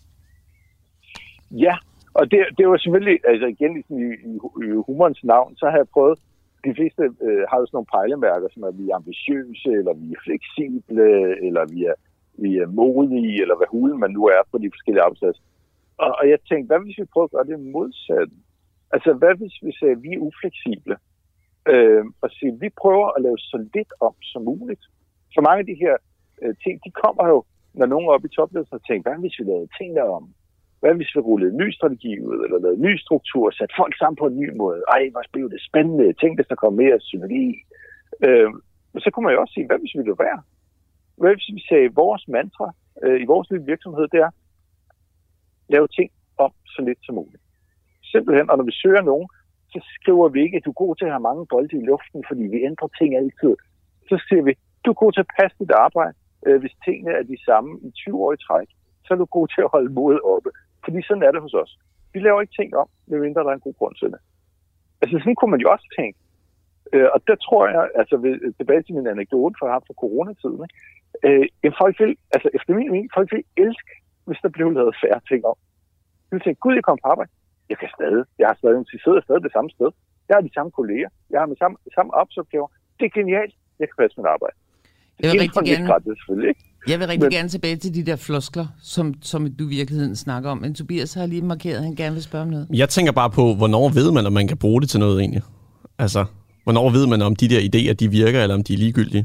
Ja, og det, det var selvfølgelig, altså igen i, i, i humorens navn, så har jeg prøvet, de fleste øh, har jo sådan nogle pejlemærker, som er, vi er ambitiøse, eller vi er fleksible, eller vi er, vi er modige, eller hvad hulen man nu er på de forskellige arbejdspladser. Og, og jeg tænkte, hvad hvis vi prøver at gøre det modsatte? Altså, hvad hvis vi sagde, at vi er ufleksible? Øh, og sige, vi prøver at lave så lidt om som muligt. Så mange af de her øh, ting, de kommer jo, når nogen er oppe i topledelsen og tænker, hvad hvis vi lavede tingene om? Hvad hvis vi rullede en ny strategi ud, eller lavede en ny struktur, satte folk sammen på en ny måde? Ej, hvor blev det spændende. Tænk, hvis der kom mere synergi. Øh, men så kunne man jo også sige, hvad hvis vi lød være? Hvad hvis vi sagde, vores mantra øh, i vores lille virksomhed, det er, lave ting om så lidt som muligt. Simpelthen, og når vi søger nogen, så skriver vi ikke, at du er god til at have mange bolde i luften, fordi vi ændrer ting altid. Så siger vi, du er god til at passe dit arbejde, øh, hvis tingene er de samme i tyve år i træk. Så er du god til at holde modet oppe. Fordi sådan er det hos os. Vi laver ikke ting om, medmindre der er en god grund til det. Altså sådan kunne man jo også tænke. Øh, og der tror jeg, altså ved, tilbage til min anekdote for ham fra coronatiden, ikke? Øh, folk vil, altså efter min mening, folk vil elske, hvis der blev lavet færre ting om. De vil tænke, gud, jeg kommer på arbejde. Jeg kan stadig. Jeg har stadig, jeg sidder stadig det samme sted. Jeg har de samme kolleger. Jeg har med samme, samme arbejdsopgaver. Det er genialt. Jeg kan passe mit arbejde. Jeg vil rigtig gerne, gratis, ikke? jeg vil rigtig Men, gerne tilbage til de der floskler, som, som du i virkeligheden snakker om. Men Tobias har lige markeret, at han gerne vil spørge om noget. Jeg tænker bare på, hvornår ved man, om man kan bruge det til noget egentlig? Altså, hvornår ved man, om de der idéer, de virker, eller om de er ligegyldige?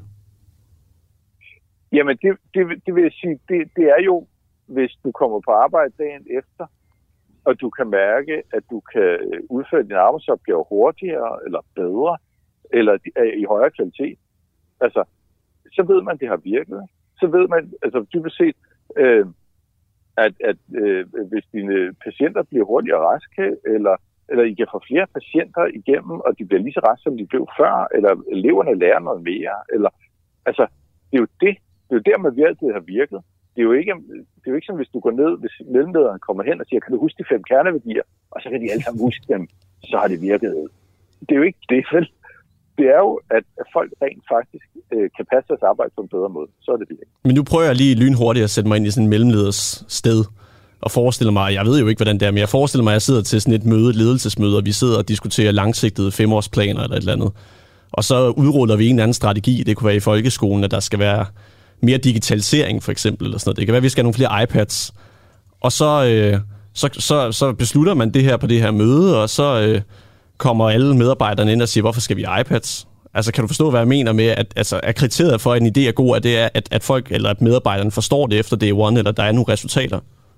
Jamen, det, det, det vil jeg sige, det, det er jo, hvis du kommer på arbejde dagen efter, og du kan mærke, at du kan udføre din arbejdsopgave hurtigere, eller bedre, eller i højere kvalitet. Altså, så ved man, at det har virket. Så ved man, altså dybest set, øh, at, at øh, hvis dine patienter bliver hurtigere raske, eller, eller I kan få flere patienter igennem, og de bliver lige så raske, som de blev før, eller eleverne lærer noget mere, eller, altså, det er jo det, det er jo der, man virkelig har virket. Det er jo ikke, det er jo ikke som, hvis du går ned, hvis mellemlederen kommer hen og siger, kan du huske de fem kerneværdier, og så kan de alle sammen huske dem, så har det virket. Det er jo ikke det, vel? Det er jo, at folk rent faktisk øh, kan passe deres arbejde på en bedre måde. Så er det det. Men nu prøver jeg lige lynhurtigt at sætte mig ind i sådan en mellemleders sted, og forestiller mig, jeg ved jo ikke, hvordan det er, men jeg forestiller mig, at jeg sidder til sådan et møde, et ledelsesmøde, og vi sidder og diskuterer langsigtede femårsplaner eller et eller andet. Og så udruller vi en eller anden strategi. Det kunne være i folkeskolen, at der skal være mere digitalisering, for eksempel, eller sådan noget. Det kan være, at vi skal have nogle flere iPads. Og så, øh, så, så, så beslutter man det her på det her møde, og så øh, kommer alle medarbejderne ind og siger, hvorfor skal vi have iPads? Altså, kan du forstå, hvad jeg mener med, at altså, er kriteriet for, at en idé er god, at det er, at, at folk, eller at medarbejderne forstår det efter day one, eller der er nogle resultater?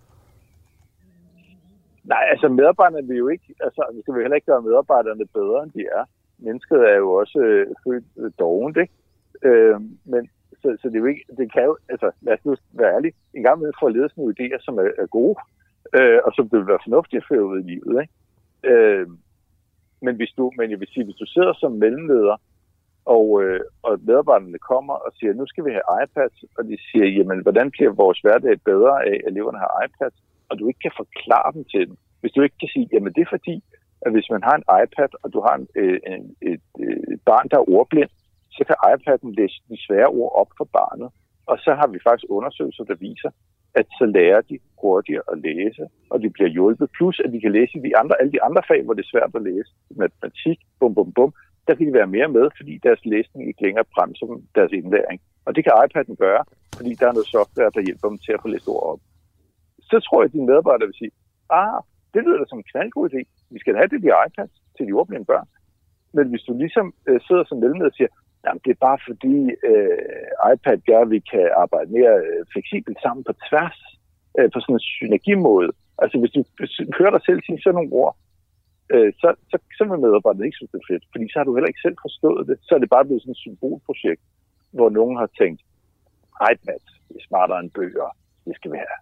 Nej, altså medarbejderne vil jo ikke, altså vi skal jo heller ikke gøre medarbejderne bedre, end de er. Mennesket er jo også øh, født øh, dovent, ikke? Øh, men så, så det er jo ikke, det kan jo, altså lad os nu være ærlige, en gang med for at lede sådan nogle idéer, som er, er gode, øh, og som det vil være fornuftigt at føre ud i livet, ikke? Øh, men hvis du, men jeg vil sige, hvis du sidder som mellemleder, og, øh, og medarbejderne kommer og siger, nu skal vi have iPads, og de siger, jamen, hvordan bliver vores hverdag bedre af, at eleverne har iPads, og du ikke kan forklare dem til dem. Hvis du ikke kan sige, jamen det er fordi, at hvis man har en iPad, og du har en, øh, en, et, et barn, der er ordblind, så kan iPad'en læse de svære ord op for barnet. Og så har vi faktisk undersøgelser, der viser, at så lærer de hurtigere at læse, og de bliver hjulpet. Plus, at de kan læse de andre, alle de andre fag, hvor det er svært at læse. Matematik, bum, bum, bum. Der kan de være mere med, fordi deres læsning ikke længere bremser deres indlæring. Og det kan iPad'en gøre, fordi der er noget software, der hjælper dem til at få læst ord op. Så tror jeg, at dine medarbejdere vil sige, ah, det lyder da som en knaldgod idé. Vi skal have det de iPads til de ordblinde børn. Men hvis du ligesom øh, sidder som mellemleder og siger, jamen det er bare fordi øh, iPad gør, at vi kan arbejde mere øh, fleksibelt sammen på tværs, øh, på sådan en synergimåde. Altså hvis du hører dig selv sige sådan nogle ord, øh, så, så, så vil medarbejderne ikke synes det er fedt, fordi så har du heller ikke selv forstået det. Så er det bare blevet sådan et symbolprojekt, hvor nogen har tænkt, iPad, det er smartere end bøger, det skal vi have.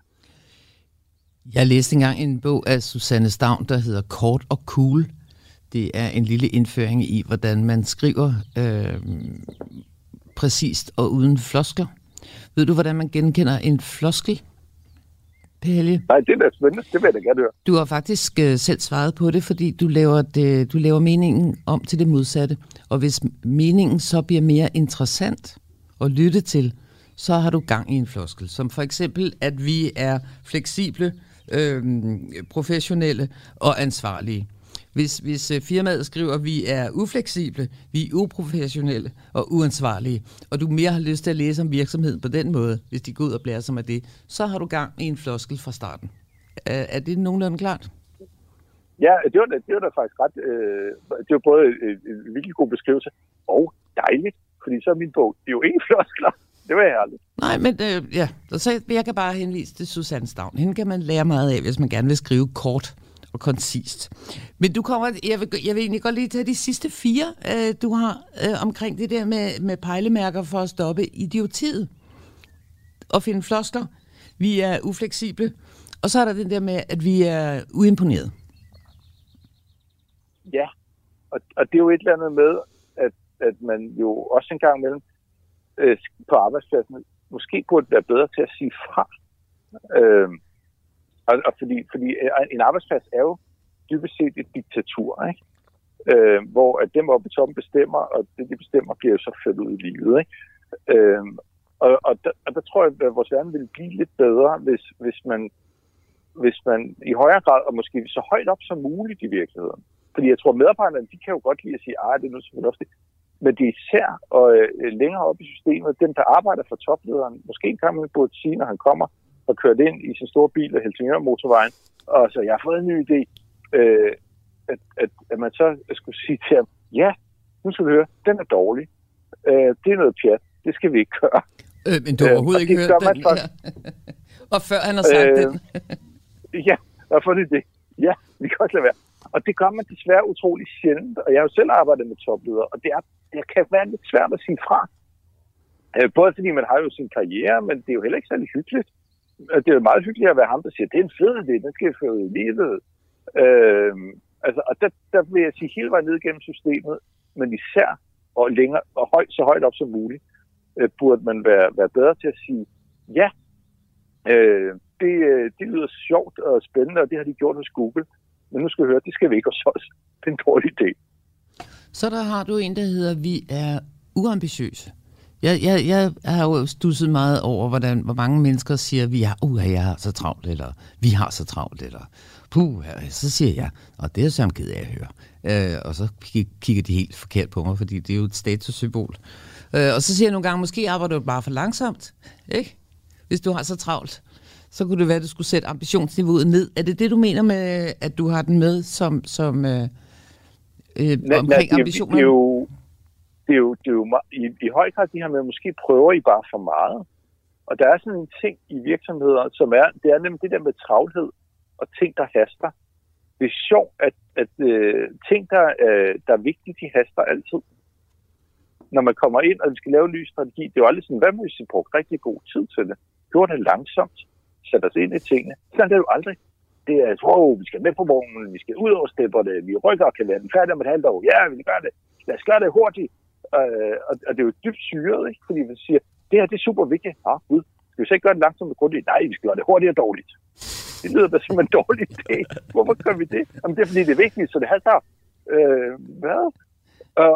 Jeg læste engang en bog af Susanne Stavn, der hedder Kort og Cool. Det er en lille indføring i, hvordan man skriver øh, præcist og uden floskler. Ved du, hvordan man genkender en floskel, Per Helge? Nej, det er da spændende. Det vil jeg da gerne høre. Du har faktisk øh, selv svaret på det, fordi du laver, det, du laver meningen om til det modsatte. Og hvis meningen så bliver mere interessant at lytte til, så har du gang i en floskel. Som for eksempel, at vi er fleksible, øh, professionelle og ansvarlige. Hvis, hvis firmaet skriver, at vi er ufleksible, vi er uprofessionelle og uansvarlige, og du mere har lyst til at læse om virksomheden på den måde, hvis de går ud og blærer sig med det, så har du gang i en floskel fra starten. Er, er det nogenlunde klart? Ja, det var da, det var da faktisk ret... Øh, det var både en, en virkelig god beskrivelse og dejligt, fordi så er min bog, det er jo ikke floskler. Det var jeg aldrig. Nej, men øh, ja, så jeg kan bare henvise til Susanne Stavn. Hende kan man lære meget af, hvis man gerne vil skrive kort og koncist. Men du kommer, jeg vil, jeg vil egentlig godt lige tage de sidste fire, øh, du har øh, omkring det der med, med pejlemærker for at stoppe idiotiet og finde floskler. Vi er ufleksible. Og så er der det der med, at vi er uimponeret. Ja, og, og det er jo et eller andet med, at, at man jo også en gang imellem øh, på arbejdspladsen måske burde være bedre til at sige fra. Øh, Og, og fordi, fordi en arbejdsplads er jo dybest set et diktatur, ikke? Øh, hvor at dem oppe i toppen bestemmer, og det de bestemmer bliver jo så ført ud i livet. Ikke? Øh, og, og, der, og der tror jeg, at vores verden ville blive lidt bedre, hvis, hvis, man, hvis man i højere grad, og måske så højt op som muligt i virkeligheden. Fordi jeg tror, at medarbejderne, de kan jo godt lide at sige, at det er noget så fornuftigt. Men det er især og, øh, længere op i systemet, dem der arbejder for toplederen, måske en gang man burde sige, når han kommer og kørt ind i sin store bil af Helsingør-motorvejen, og så jeg har fået en ny idé, øh, at, at, at man så skulle sige til ham, ja, nu skal du høre, den er dårlig. Øh, det er noget pjat, det skal vi ikke gøre. Øh, men du har overhovedet øh, ikke hørt den. For... og før han har sagt øh, den. ja, hvorfor er det det? Ja, vi kan også lade være. Og det gør man desværre utrolig sjældent, og jeg har jo selv arbejdet med topledere, og det, er, det kan være lidt svært at sige fra. Øh, både fordi man har jo sin karriere, men det er jo heller ikke særlig hyggeligt. Det er jo meget hyggeligt at være ham, der siger, det er en fed idé, den skal vi føre i livet. Øh, altså, og der, der vil jeg sige hele vejen ned gennem systemet, men især og længere og højt, så højt op som muligt, øh, burde man være, være bedre til at sige, ja, øh, det, det lyder sjovt og spændende, og det har de gjort hos Google, men nu skal vi høre, det skal vi ikke hos os. Det er en dårlig idé. Så der har du en, der hedder, vi er uambitiøse. Jeg, jeg, jeg har jo studset meget over, hvordan, hvor mange mennesker siger, vi har, uh, jeg har så travlt, eller vi har så travlt, eller puh, så siger jeg, og det er så ked af at høre. Øh, og så kigger de helt forkert på mig, fordi det er jo et statussymbol. Øh, og så siger jeg nogle gange, måske arbejder du bare for langsomt, ikke? Hvis du har så travlt, så kunne det være, at du skulle sætte ambitionsniveauet ned. Er det det, du mener med, at du har den med som, som øh, øh, omkring ambitioner? Det er jo Det er jo, det er jo i, i høj grad de her med, måske prøver I bare for meget. Og der er sådan en ting i virksomheder, som er, det er nemlig det der med travlhed og ting, der haster. Det er sjovt, at, at uh, ting, der, uh, der er vigtige, de haster altid. Når man kommer ind, og vi skal lave en ny strategi, det er jo aldrig sådan, hvad hvis vi bruger rigtig god tid til det? Gjorde det langsomt, sætte os ind i tingene. Sådan er det jo aldrig. Det er, wow, vi skal med på vognen, vi skal ud over stepperne, vi rykker og kan være den færdig om et halvt år. Ja, vi gør det. Lad os gøre det hurtigt. Uh, og, og det er jo dybt syret, ikke? Fordi man siger, det her det er super vigtigt. Ah, gud, skal vi så ikke gøre det langsomt og grundigt? Nej, vi skal gøre det hurtigt og dårligt. Det lyder da som en dårlig idé. Hvorfor gør vi det? Jamen, det er fordi, det er vigtigt, så det halter. Uh, hvad? Uh, og,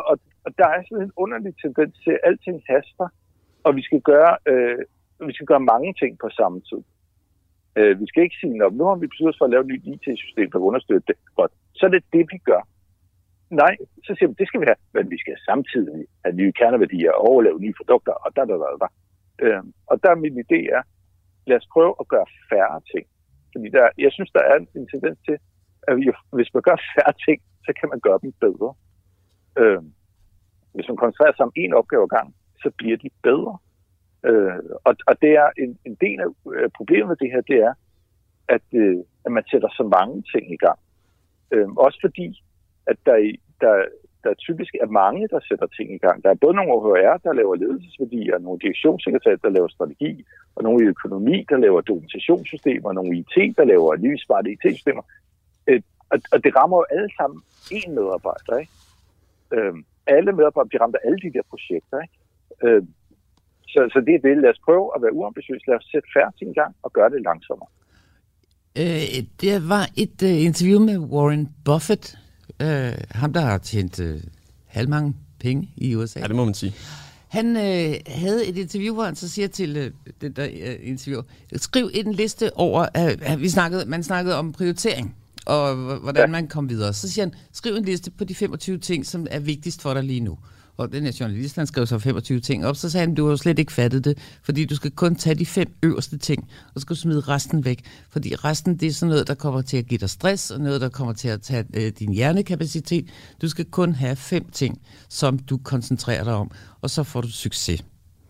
og der er sådan en underlig tendens til, at alting haster, og vi skal gøre, øh, vi skal gøre mange ting på samme tid. Øh, vi skal ikke sige, at nu har vi besluttet for at lave et nyt I T-system, der understøtter det. Godt. Så er det det, vi gør. Nej, så siger vi, det skal vi have, men vi skal samtidig have nye kerneværdier og overleve nye produkter, og da, da, da, da. Øh, og der er min idé er, lad os prøve at gøre færre ting. Fordi der, jeg synes, der er en tendens til, at vi, hvis man gør færre ting, så kan man gøre dem bedre. Øh, hvis man koncentrerer sig om én opgave ad gang, så bliver de bedre. Øh, og, og det er en, en del af problemet med det her, det er, at, øh, at man sætter så mange ting i gang. Øh, også fordi, at der, der, der typisk er mange, der sætter ting i gang. Der er både nogle H R, der laver ledelsesværdier, nogle direktionssekretærer, der laver strategi, og nogle i økonomi, der laver dokumentationssystemer, og nogle I T, der laver livsmarte I T-systemer. Øh, og, og det rammer jo alle sammen én medarbejder, ikke? Øh, alle medarbejdere bliver ramt af alle de der projekter, ikke? Øh, Så, så det er det. Lad os prøve at være uambitiøse. Lad os sætte færre ting i gang og gøre det langsommere. Øh, der var et uh, interview med Warren Buffett. Uh, ham, der har tjent uh, halvmange penge i U S A. Ja, det må man sige. Han uh, havde et interview, hvor han så siger til uh, det der uh, interview, skriv en liste over, uh, vi snakkede, man snakkede om prioritering, og hvordan ja. man kom videre. Så siger han, skriv en liste på de femogtyve ting, som er vigtigst for dig lige nu. Og den her journalist, han skrev så femogtyve ting op, så sagde han, du har jo slet ikke fattet det, fordi du skal kun tage de fem øverste ting, og så skal du smide resten væk. Fordi resten, det er sådan noget, der kommer til at give dig stress, og noget, der kommer til at tage øh, din hjernekapacitet. Du skal kun have fem ting, som du koncentrerer dig om, og så får du succes.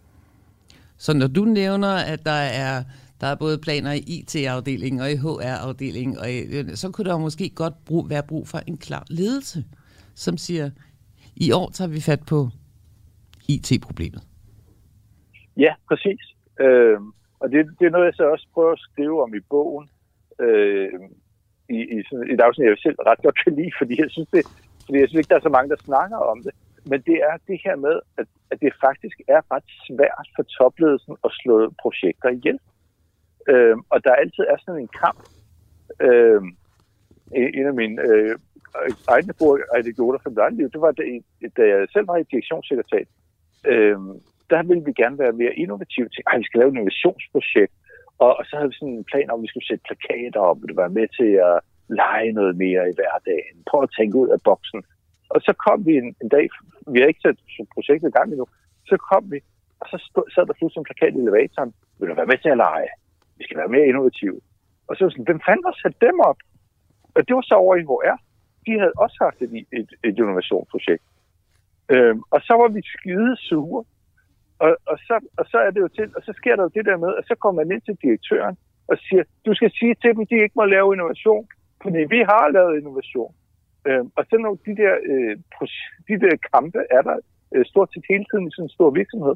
Så når du nævner, at der er, der er både planer i I T-afdelingen og i H R-afdelingen, og i, så kunne der måske godt brug, være brug for en klar ledelse, som siger, i år tager vi fat på I T-problemet. Ja, præcis. Øh, og det, det er noget, jeg så også prøver at skrive om i bogen. Øh, i, i sådan et afsnit, jeg selv ret godt kan lide, fordi jeg synes, det, fordi jeg synes ikke, der er så mange, der snakker om det. Men det er det her med, at, at det faktisk er ret svært for topledelsen at slå projekter ihjel. Øh, og der altid er sådan en kamp. Øh, en af mine... Øh, egne anekdoter fra mit liv, det var, da, da jeg selv var i direktionssekretariat, øhm, der ville vi gerne være mere innovative til, at vi skal lave et innovationsprojekt, og, og så havde vi sådan en plan om, at vi skulle sætte plakater op, og det var med til at lege noget mere i hverdagen, prøve at tænke ud af boksen. Og så kom vi en, en dag, vi har ikke sat projektet i gang endnu, så kom vi, og så stod, sad der pludselig en plakat i elevatoren, vil du være med til at lege? Vi skal være mere innovative. Og så var sådan, hvem fanden var sat dem op? Og det var så over i H R. De havde også haft et, et, et innovationsprojekt. Øhm, og så var vi skide sure. Og, og, så, og så er det jo til, og så sker der jo det der med, at så kommer man ind til direktøren og siger, du skal sige til dem, at de ikke må lave innovation, fordi vi har lavet innovation. Øhm, og så når de der, øh, de der kampe er der øh, stort set hele tiden i sådan en stor virksomhed,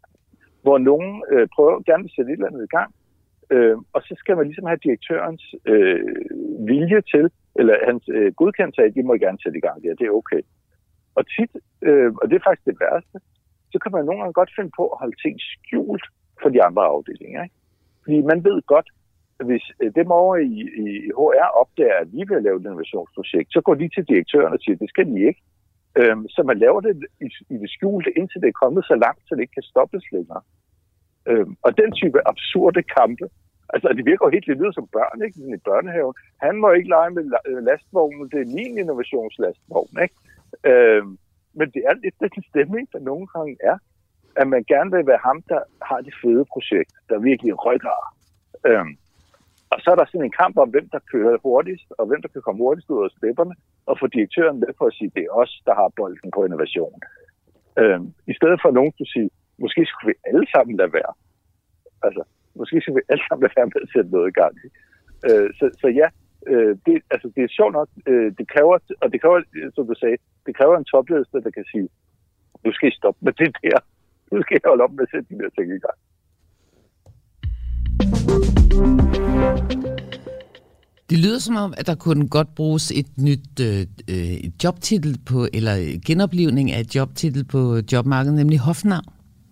hvor nogen øh, prøver gerne at sætte et eller andet i gang, øh, og så skal man ligesom have direktørens øh, vilje til, eller hans øh, godkendelse af, at de må gerne sætte i gang der, det er okay. Og tit, øh, og det er faktisk det værste, så kan man nogle gange godt finde på at holde ting skjult for de andre afdelinger. Ikke? Fordi man ved godt, at hvis øh, dem over i, i H R opdager, at vi vil lave et innovationsprojekt, så går de til direktøren og siger, at det skal de ikke. Øhm, så man laver det i, i det skjulte, indtil det er kommet så langt, så det ikke kan stoppes længere. Øhm, og den type absurde kampe, altså, det virker jo helt lidt lyder som børn, ikke? Sådan i børnehaven. Han må ikke lege med lastvognen, det er min innovationslastvogn, ikke? Øhm, men det er lidt den stemning, der nogle gange er, at man gerne vil være ham, der har det fede projekt, der virkelig rykker. Øhm, og så er der sådan en kamp om, hvem der kører hurtigst, og hvem der kan komme hurtigst ud af stepperne, og få direktøren med på at sige, det er os, der har bolden på innovation. Øhm, I stedet for nogen, der siger, måske skulle vi alle sammen lade være. Altså, måske skal vi alle sammen være med at sætte noget i gang. Øh, så, så ja, øh, det, altså, det er sjovt nok. Øh, det kræver, og det kræver, som du sagde, det kræver en topledelse, der kan sige, nu skal I stoppe med det der. Nu skal I holde op med at sætte de der ting i gang. Det lyder som om, at der kunne godt bruges et nyt øh, et jobtitel på, eller genoplivning af et jobtitel på jobmarkedet, nemlig hofnavn.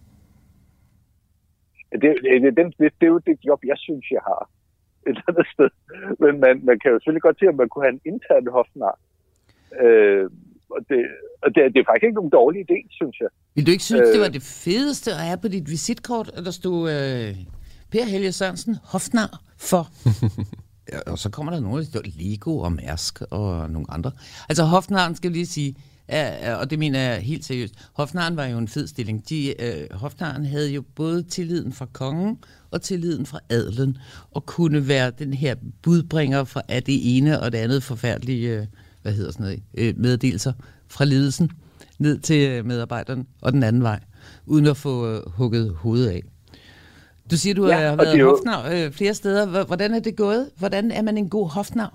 Det, det, det, det, det er jo det job, jeg synes, jeg har et andet sted. Men man, man kan jo selvfølgelig godt se, at man kunne have en intern hofnavn. Øh, og, det, og det, det er faktisk ikke nogen dårlig idé, synes jeg. Vil du ikke synes, øh, det var det fedeste at have på dit visitkort, at der stod øh, Per Helge Sørensen, hofnar for... ja, og så kommer der nogle, der står Lego og Mærsk og nogle andre. Altså hofnaren, skal jeg lige sige, er, og det mener jeg helt seriøst, hofnaren var jo en fed stilling. De, øh, hofnaren havde jo både tilliden fra kongen og tilliden fra adelen, og kunne være den her budbringer fra af det ene og det andet forfærdelige, øh, hvad hedder sådan noget, øh, meddelelser fra ledelsen ned til medarbejderne og den anden vej, uden at få øh, hugget hovedet af. Du siger, du ja, har været jo... hofnar øh, flere steder. Hvordan er det gået? Hvordan er man en god hofnar?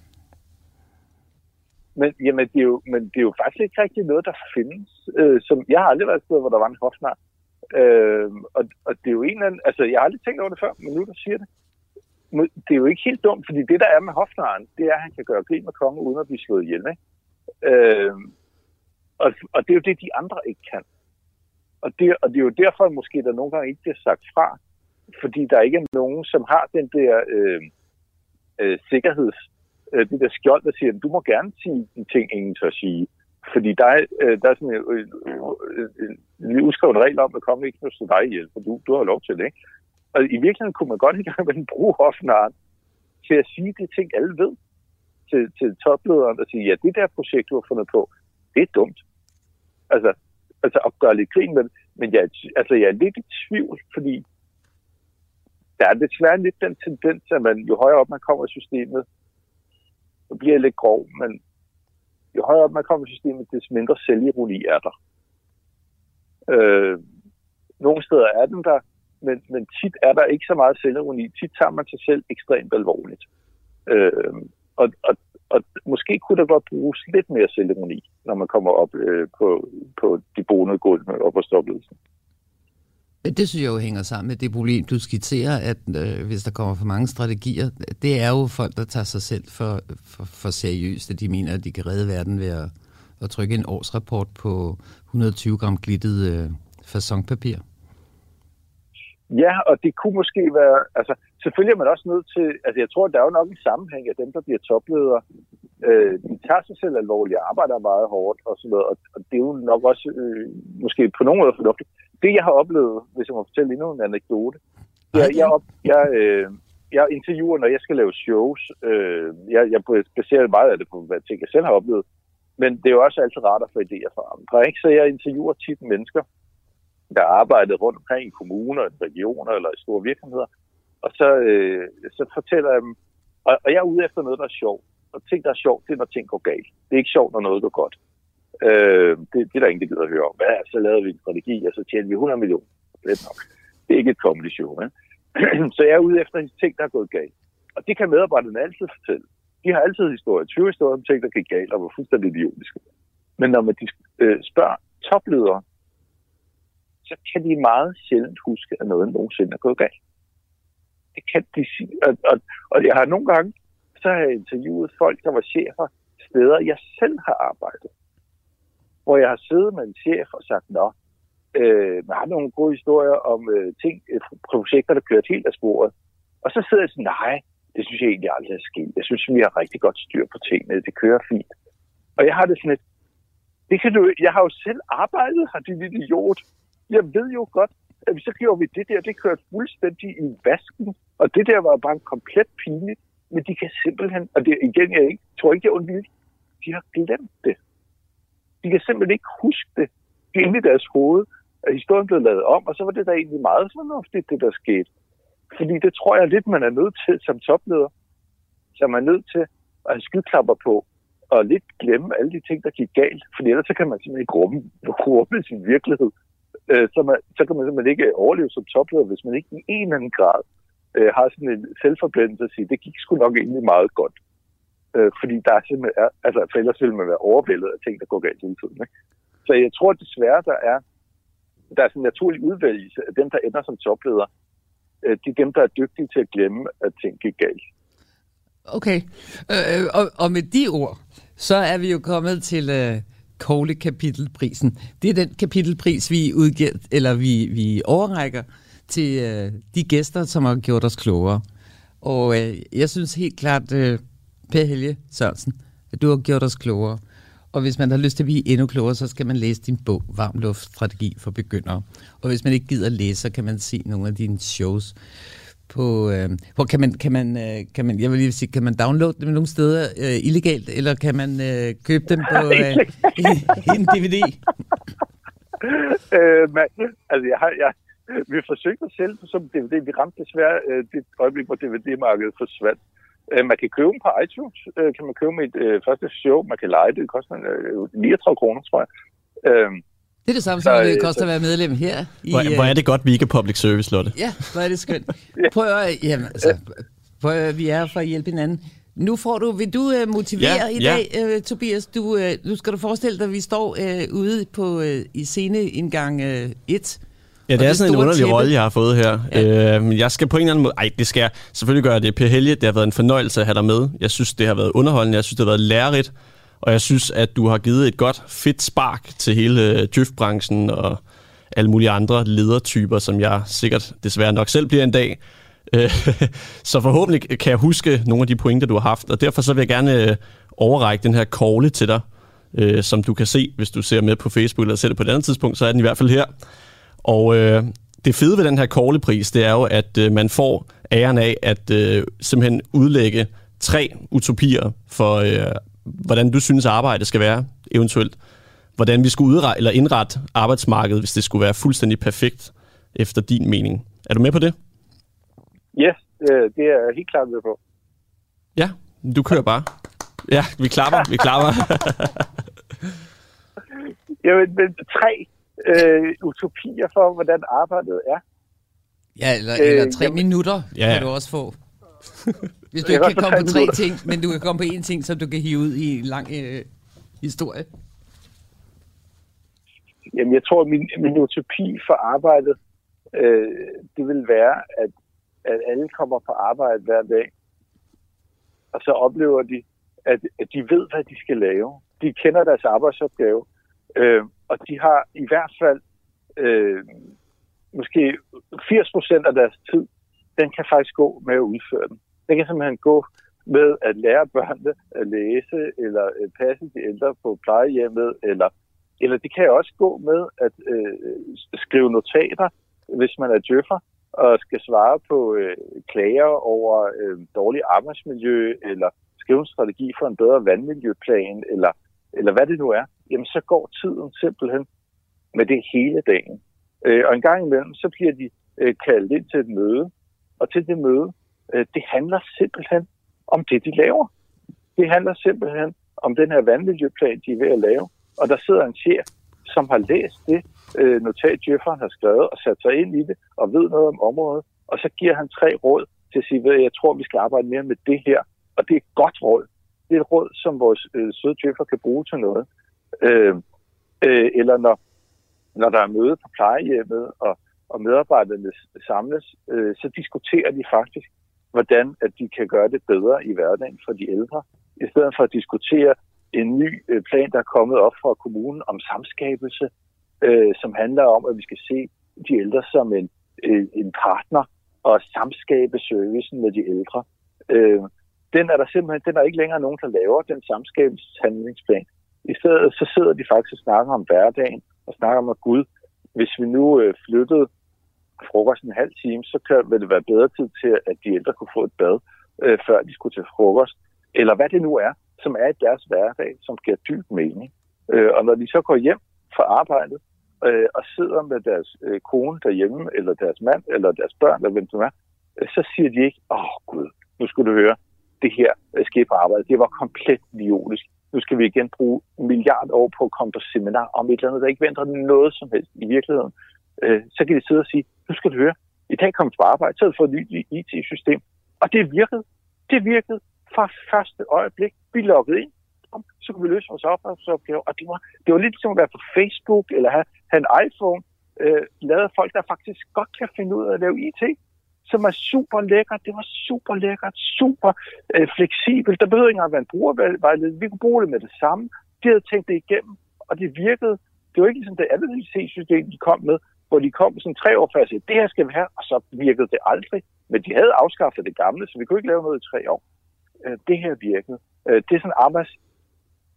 Men, jamen, det er jo, men det er jo faktisk ikke rigtig noget, der findes. Øh, som, jeg har aldrig været et sted, hvor der var en hofnar. Øh, og, og det er jo en eller anden... Altså, jeg har aldrig tænkt over det før, men nu du siger det. Det er jo ikke helt dumt, fordi det, der er med hofnaren, det er, at han kan gøre grin med kongen, uden at blive slået ihjel. Øh, og, og det er jo det, de andre ikke kan. Og det, og det er jo derfor, at måske der nogle gange ikke bliver sagt fra, fordi der ikke er nogen, som har den der øh, øh, sikkerheds, øh, det der skjold, der siger, at du må gerne sige de ting, ingen tør sige. Fordi der er, øh, der er sådan en, øh, øh, en udskrevet regel om, at kongen ikke kan slå dig ihjel, for du, du har lov til det, ikke? Og i virkeligheden kunne man godt ikke engang bruge hofnaren til at sige de ting, alle ved, til, til toplederen, og sige, ja, det der projekt, du har fundet på, det er dumt. Altså, altså at gøre lidt grin med det. Men jeg, altså, jeg er lidt i tvivl, fordi der er desværre lidt den tendens, at man, jo højere op man kommer i systemet, så bliver det lidt grov, men jo højere op man kommer i systemet, des mindre selvironi er der. Øh, nogle steder er den der, men, men tit er der ikke så meget selvironi. Tit tager man sig selv ekstremt alvorligt. Øh, og, og, og måske kunne der godt bruges lidt mere selvironi, når man kommer op øh, på, på de bonede gulv op på stopledelsen. Det synes jeg jo hænger sammen med det problem, du skitserer, at øh, hvis der kommer for mange strategier, det er jo folk, der tager sig selv for, for, for seriøst, at de mener, at de kan redde verden ved at, at trykke en årsrapport på et hundrede og tyve gram glittet øh, fasonpapir. Ja, og det kunne måske være, altså selvfølgelig er man også nødt til, altså jeg tror, der er jo nok en sammenhæng af dem, der bliver topledere. Øh, de tager sig selv alvorligt, arbejder meget hårdt og sådan noget, og, og det er jo nok også øh, måske på nogen måde fornuftigt. Det, jeg har oplevet, hvis jeg må fortælle endnu en anekdote, jeg, jeg, op, jeg, øh, jeg interviewer, når jeg skal lave shows. Øh, jeg, jeg baserer meget af det på, hvad ting jeg selv har oplevet, men det er jo også altid rart at få idéer fra andre, ikke? Så jeg interviewer tit mennesker, der arbejder rundt omkring i kommuner, regioner eller i store virksomheder, og så, øh, så fortæller jeg dem, og, og jeg er ude efter noget, der er sjovt, og ting, der er sjovt, det er, når ting går galt. Det er ikke sjovt, når noget går godt. Øh, det, det er der ingen, der gider at høre om. Hvad er, så lavede vi en strategi, og så tjener vi hundrede millioner. Det er nok. Det er ikke et comedy show, men. Så jeg er ude efter ting, der er gået galt. Og det kan medarbejderne altid fortælle. De har altid historier, tyve historier om ting, der gik galt, og var fuldstændig idiotiske. Men når man øh, spørger topledere, så kan de meget sjældent huske, at noget nogensinde er gået galt. Det kan de sige. Og, og, og jeg har nogle gange, så har jeg interviewet folk, der var chefer steder, jeg selv har arbejdet. Hvor jeg har siddet med en chef og sagt, nå, øh, man har nogle gode historier om øh, ting, øh, projekter, der kører helt af sporet. Og så sidder jeg sådan, nej, det synes jeg egentlig aldrig er sket. Jeg synes, vi har rigtig godt styr på tingene. Det kører fint. Og jeg har det sådan et, det kan du, jeg har jo selv arbejdet her, din idiot. Jeg ved jo godt, at så gjorde vi det der, det kørte fuldstændig i vasken. Og det der var bare en komplet pinligt. Men de kan simpelthen, og det igen, jeg ikke, tror ikke, det er undvildt, de har glemt det. De kan simpelthen ikke huske det. Det er inde i deres hoved, at historien blev lavet om, og så var det der egentlig meget fornuftigt, det der skete. Fordi det tror jeg lidt, man er nødt til som topleder. Så man er nødt til at have skyklapper på, og lidt glemme alle de ting, der gik galt. For ellers så kan man simpelthen ikke rumme, rumme sin virkelighed. Så, man, så kan man simpelthen ikke overleve som topleder, hvis man ikke i en eller anden grad øh, har sådan en selvforblændelse at sige, det gik sgu nok egentlig meget godt. Øh, fordi der er simpelthen, er, altså for ellers vil man være overvældet af ting, der går galt hele tiden. Ikke? Så jeg tror desværre, der er, der er sådan en naturlig udvælgelse af dem, der ender som topleder. Øh, de er dem, der er dygtige til at glemme, at ting gik galt. Okay, øh, og, og med de ord, så er vi jo kommet til øh, Kogle-kapitelprisen. Det er den kapitelpris, vi udgiver, eller vi, vi overrækker til øh, de gæster, som har gjort os klogere. Og øh, jeg synes helt klart, øh, Per Helge Sørensen, at du har gjort os klogere. Og hvis man har lyst til at blive endnu klogere, så skal man læse din bog, Varm luft-strategi for begyndere. Og hvis man ikke gider læse, så kan man se nogle af dine shows på... Øh, hvor kan man, kan man, øh, kan man, jeg vil lige sige, kan man downloade dem nogle steder øh, illegalt, eller kan man øh, købe dem på øh, en D V D? øh, men, altså, jeg har... Jeg Vi forsøgte at sælge som D V D. Vi ramte desværre øh, det øjeblik, hvor D V D-markedet forsvandt. Øh, man kan købe dem på iTunes. Øh, kan man købe mit øh, første show. Man kan lege det. Det koster øh, niogtredive kroner, tror jeg. Øh, det er det samme, som så, det koster så, at være medlem her. I, hvor, hvor er det godt, vi ikke er public service, Lotte. Ja, hvor er det skønt. Prøv at, jamen, altså, prøv at, vi er her for at hjælpe hinanden. Nu får du, vil du uh, motivere ja, i dag, ja. uh, Tobias? Du, uh, nu skal du forestille dig, at vi står uh, ude på uh, i sceneindgang et. Uh, Ja, det er sådan en underlig rolle, jeg har fået her. Ja. Øh, jeg skal på en eller anden måde... Ej, det skal jeg selvfølgelig gøre det. Per Helge, det har været en fornøjelse at have dig med. Jeg synes, det har været underholdende. Jeg synes, det har været lærerigt. Og jeg synes, at du har givet et godt, fedt spark til hele djøf-branchen og alle mulige andre ledertyper, som jeg sikkert desværre nok selv bliver en dag. Så forhåbentlig kan jeg huske nogle af de pointer, du har haft. Og derfor så vil jeg gerne overrække den her kogle til dig, som du kan se, hvis du ser med på Facebook eller ser det på et andet tidspunkt, så er den i hvert fald her. Og øh, det fede ved den her Kårle-pris, det er jo, at øh, man får æren af at øh, simpelthen udlægge tre utopier for, øh, hvordan du synes, arbejdet skal være, eventuelt. Hvordan vi skulle udrette, eller indrette arbejdsmarkedet, hvis det skulle være fuldstændig perfekt, efter din mening. Er du med på det? Ja, yes, det er jeg helt klart med på. Ja, du kører bare. Ja, vi klapper, vi klapper. Jamen, men tre... Øh, utopier for, hvordan arbejdet er. Ja, eller, øh, eller tre jamen, minutter ja. Kan du også få. Hvis du ikke kan komme på tre minutter. Ting, men du kan komme på én ting, som du kan hive ud i en lang øh, historie. Jamen, jeg tror, at min, min utopi for arbejdet, øh, det vil være, at, at alle kommer på arbejde hver dag, og så oplever de, at, at de ved, hvad de skal lave. De kender deres arbejdsopgave, øh, og de har i hvert fald øh, måske firs procent af deres tid, den kan faktisk gå med at udføre den. Den kan simpelthen gå med at lære børnene at læse, eller øh, passe de ældre på plejehjemmet, eller, eller det kan også gå med at øh, skrive notater, hvis man er djøffer, og skal svare på øh, klager over øh, dårlig arbejdsmiljø, eller skrive en strategi for en bedre vandmiljøplan, eller, eller hvad det nu er. Jamen, så går tiden simpelthen med det hele dagen. Øh, og en gang imellem, så bliver de øh, kaldt ind til et møde. Og til det møde, øh, det handler simpelthen om det, de laver. Det handler simpelthen om den her vandmiljøplan, de er ved at lave. Og der sidder en chef, som har læst det øh, notat, djøfferen har skrevet, og sat sig ind i det, og ved noget om området. Og så giver han tre råd til at sige, at jeg tror, vi skal arbejde mere med det her. Og det er et godt råd. Det er et råd, som vores øh, søde djøffer kan bruge til noget. Øh, øh, eller når, når der er møde på plejehjemmet, og, og medarbejderne samles, øh, så diskuterer de faktisk, hvordan at de kan gøre det bedre i hverdagen for de ældre, i stedet for at diskutere en ny øh, plan, der er kommet op fra kommunen om samskabelse, øh, som handler om, at vi skal se de ældre som en, øh, en partner og samskabe servicen med de ældre. Øh, den er der simpelthen, den er ikke længere nogen, der laver den samskabelseshandlingsplan. I stedet så sidder de faktisk og snakker om hverdagen, og snakker om, at Gud, hvis vi nu øh, flyttede frokost en halv time, så kan, vil det være bedre tid til, at de ældre kunne få et bad, øh, før de skulle til frokost. Eller hvad det nu er, som er i deres hverdag, som giver dyb mening. Øh, og når de så går hjem fra arbejdet, øh, og sidder med deres øh, kone derhjemme, eller deres mand, eller deres børn, eller hvem det er, øh, så siger de ikke, åh oh, Gud, nu skulle du høre, det her øh, skete på arbejdet. Det var komplet idiotisk. Nu skal vi igen bruge en milliard år på at komme på seminar om et eller andet, der ikke venter noget som helst i virkeligheden. Øh, så kan de sidde og sige, nu skal du høre, i dag kommer vi på arbejde, så har vi fået et nyt I T-system. Og det virkede. Det virkede fra første øjeblik. Vi loggede ind, så kunne vi løse vores opgave. Og det var, det var lidt som at være på Facebook, eller have, have en iPhone, øh, lavet folk, der faktisk godt kan finde ud af at lave I T, som er super lækkert. Det var super lækkert, super øh, fleksibelt. Der behøvede ikke engang være en brugervejledning. Vi kunne bruge det med det samme. De havde tænkt det igennem, og det virkede. Det var ikke ligesom det andet I T-system, de kom med, hvor de kom sådan tre år før og sagde, det her skal vi have, og så virkede det aldrig. Men de havde afskaffet det gamle, så vi kunne ikke lave noget i tre år. Øh, det her virkede. Øh, det er sådan arbejds...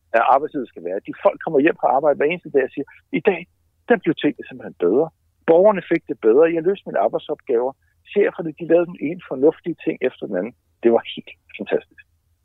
at arbejdslivet skal være. De folk kommer hjem på arbejde hver eneste dag og siger, i dag, der blev tingene simpelthen bedre. Borgerne fik det bedre. Jeg løste mine arbejdsopgaver. Cheferne, de lavede den ene fornuftige ting efter den anden. Det var helt fantastisk.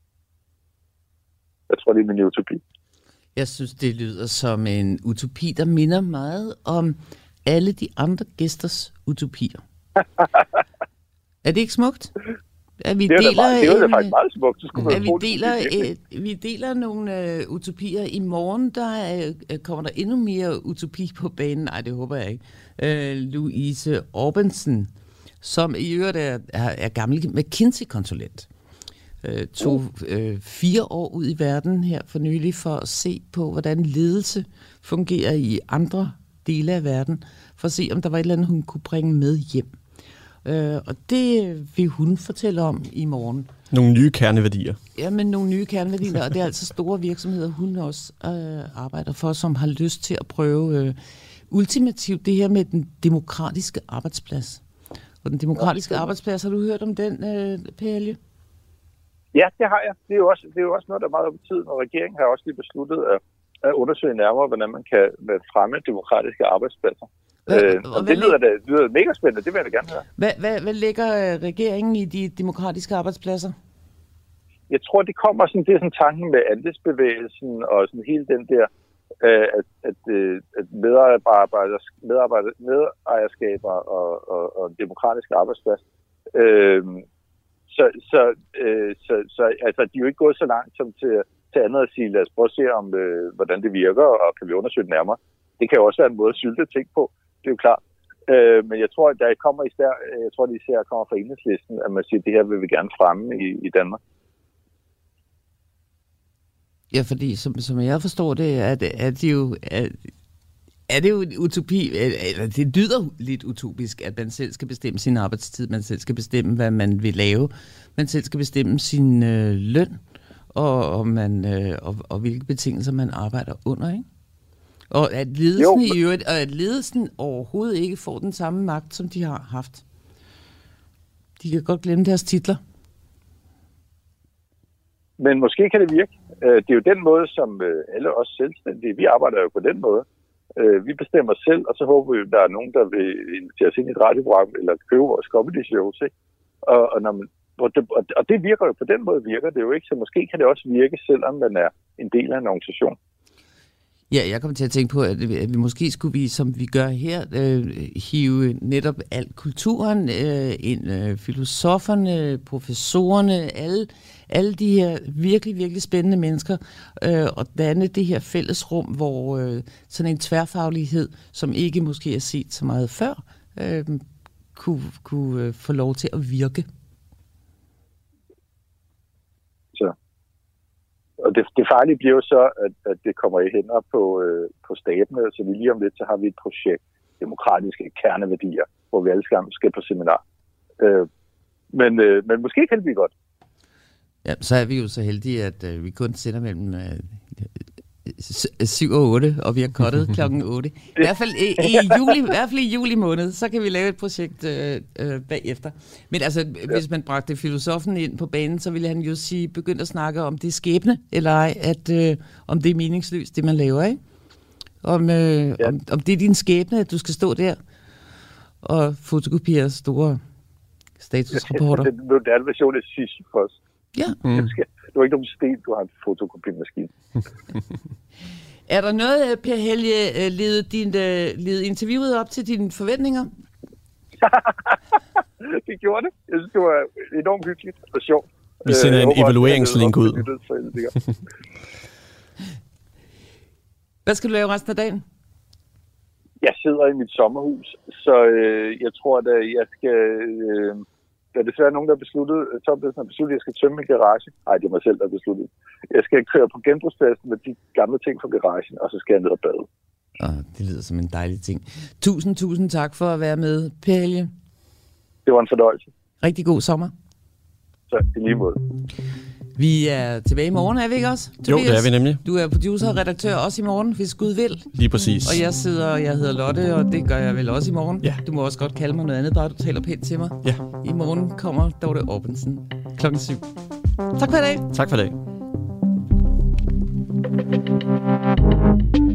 Jeg tror, det er min utopi. Jeg synes, det lyder som en utopi, der minder meget om alle de andre gæsters utopier. Er det ikke smukt? At vi det er deler, meget, det er en, faktisk meget smukt. Skulle at vi, deler, øh, vi deler nogle øh, utopier. I morgen der øh, kommer der endnu mere utopi på banen. Nej, det håber jeg ikke. Øh, Louise Orbinsen, som i øvrigt er, er, er gammel McKinsey-konsulent. Øh, tog øh, fire år ud i verden her for nylig for at se på, hvordan ledelse fungerer i andre dele af verden, for at se, om der var et eller andet, hun kunne bringe med hjem. Øh, og det vil hun fortælle om i morgen. Nogle nye kerneværdier. Ja, men nogle nye kerneværdier, og det er altså store virksomheder, hun også øh, arbejder for, som har lyst til at prøve øh, ultimativt det her med den demokratiske arbejdsplads. Og den demokratiske arbejdsplads, har du hørt om den, øh, Per Helge? Ja, det har jeg. Det er jo også, det er jo også noget, der er meget op i tiden, og regeringen har også lige besluttet at, at undersøge nærmere, hvordan man kan fremme demokratiske arbejdspladser. Hvad, øh, og det lyder, det lyder mega spændende, det vil jeg da gerne høre. Hvad, hvad, hvad lægger regeringen i de demokratiske arbejdspladser? Jeg tror, det kommer sådan, det er sådan tanken med andelsbevægelsen og sådan hele den der, øh, at, at, at medarbejder, medarbejder, medejerskaber og, og, og demokratisk arbejdsplads. Øh, så, så, øh, så, så altså, de er jo ikke gået så langt som til, til andet at sige, lad os prøve at se, om, øh, hvordan det virker, og kan vi undersøge det nærmere. Det kan jo også være en måde at sylte ting på. Det er jo klart. Øh, men jeg tror, at der kommer især, jeg tror, at de især kommer fra Enhedslisten, at man siger, at det her vil vi gerne fremme i, i Danmark. Ja, fordi som, som jeg forstår det, er det, er det jo er, er det jo en utopi, eller det lyder lidt utopisk, at man selv skal bestemme sin arbejdstid, man selv skal bestemme, hvad man vil lave, man selv skal bestemme sin øh, løn, og, og, man, øh, og, og hvilke betingelser man arbejder under, ikke? Og at ledelsen jo. i øvrigt, og at ledelsen overhovedet ikke får den samme magt, som de har haft. De kan godt glemme deres titler. Men måske kan det virke. Det er jo den måde, som alle os selvstændige, vi arbejder jo på den måde. Vi bestemmer selv, og så håber vi, at der er nogen, der vil invitere os ind i et radioprogram, eller købe vores comedy shows, ikke? Og, og, når man, og det virker jo, på den måde virker det jo ikke, så måske kan det også virke, selvom man er en del af en organisation. Ja, jeg kommer til at tænke på, at vi måske skulle vi, som vi gør her, øh, hive netop al kulturen øh, ind, øh, filosoferne, professorerne, alle, alle de her virkelig, virkelig spændende mennesker, øh, og danne det her fællesrum, hvor øh, sådan en tværfaglighed, som ikke måske er set så meget før, øh, kunne, kunne øh, få lov til at virke. Og det, det farlige bliver jo så, at, at det kommer i hænder på, øh, på stabene, så vi lige om lidt, så har vi et projekt, demokratiske kerneværdier, hvor vi alle sammen skal på seminar. Øh, men, øh, men måske kan det blive godt. Ja, så er vi jo så heldige, at øh, vi kun sender mellem øh, syv og otte, og vi har cuttet klokken otte. I hvert fald i, i juli, i hvert fald i juli måned, så kan vi lave et projekt øh, øh, bagefter. Men altså, ja. Hvis man bragte filosofen ind på banen, så ville han jo sige, begynde at snakke om det skæbne, eller ej, at øh, om det er meningsløst, det man laver, ikke? Om, øh, ja. om, om det er din skæbne, at du skal stå der og fotokopiere store statusrapporter. Det er en moderne version af Sisyfos. Ja. Mm. Du har ikke nogen sten, du har en fotokopimaskine. Er der noget, Per Helge, lede, din, lede interviewet op til dine forventninger? Det gjorde det. Jeg synes, det var enormt hyggeligt og sjovt. Vi sender en håber, evalueringslink ud. Hvad skal du lave resten af dagen? Jeg sidder i mit sommerhus, så øh, jeg tror, at jeg skal... Øh, Der er desværre nogen, der har besluttet, Tom har besluttet, at jeg skal tømme min garage. Nej, det er mig selv, der har besluttet. Jeg skal køre på genbrugspladsen med de gamle ting fra garagen, og så skal jeg ned og bade. Oh, det lyder som en dejlig ting. Tusind, tusind tak for at være med, Per Helge. Det var en fornøjelse. Rigtig god sommer. Så i lige måde. Vi er tilbage i morgen, er vi ikke også? Jo, det er vi nemlig. Du er producer og redaktør også i morgen, hvis Gud vil. Lige præcis. Og jeg sidder, jeg hedder Lotte, og det gør jeg vel også i morgen. Ja. Du må også godt kalde mig noget andet, bare du taler pænt til mig. Ja. I morgen kommer Dorte Orbinsen klokken syv. Tak for i dag. Tak for i dag. Hej.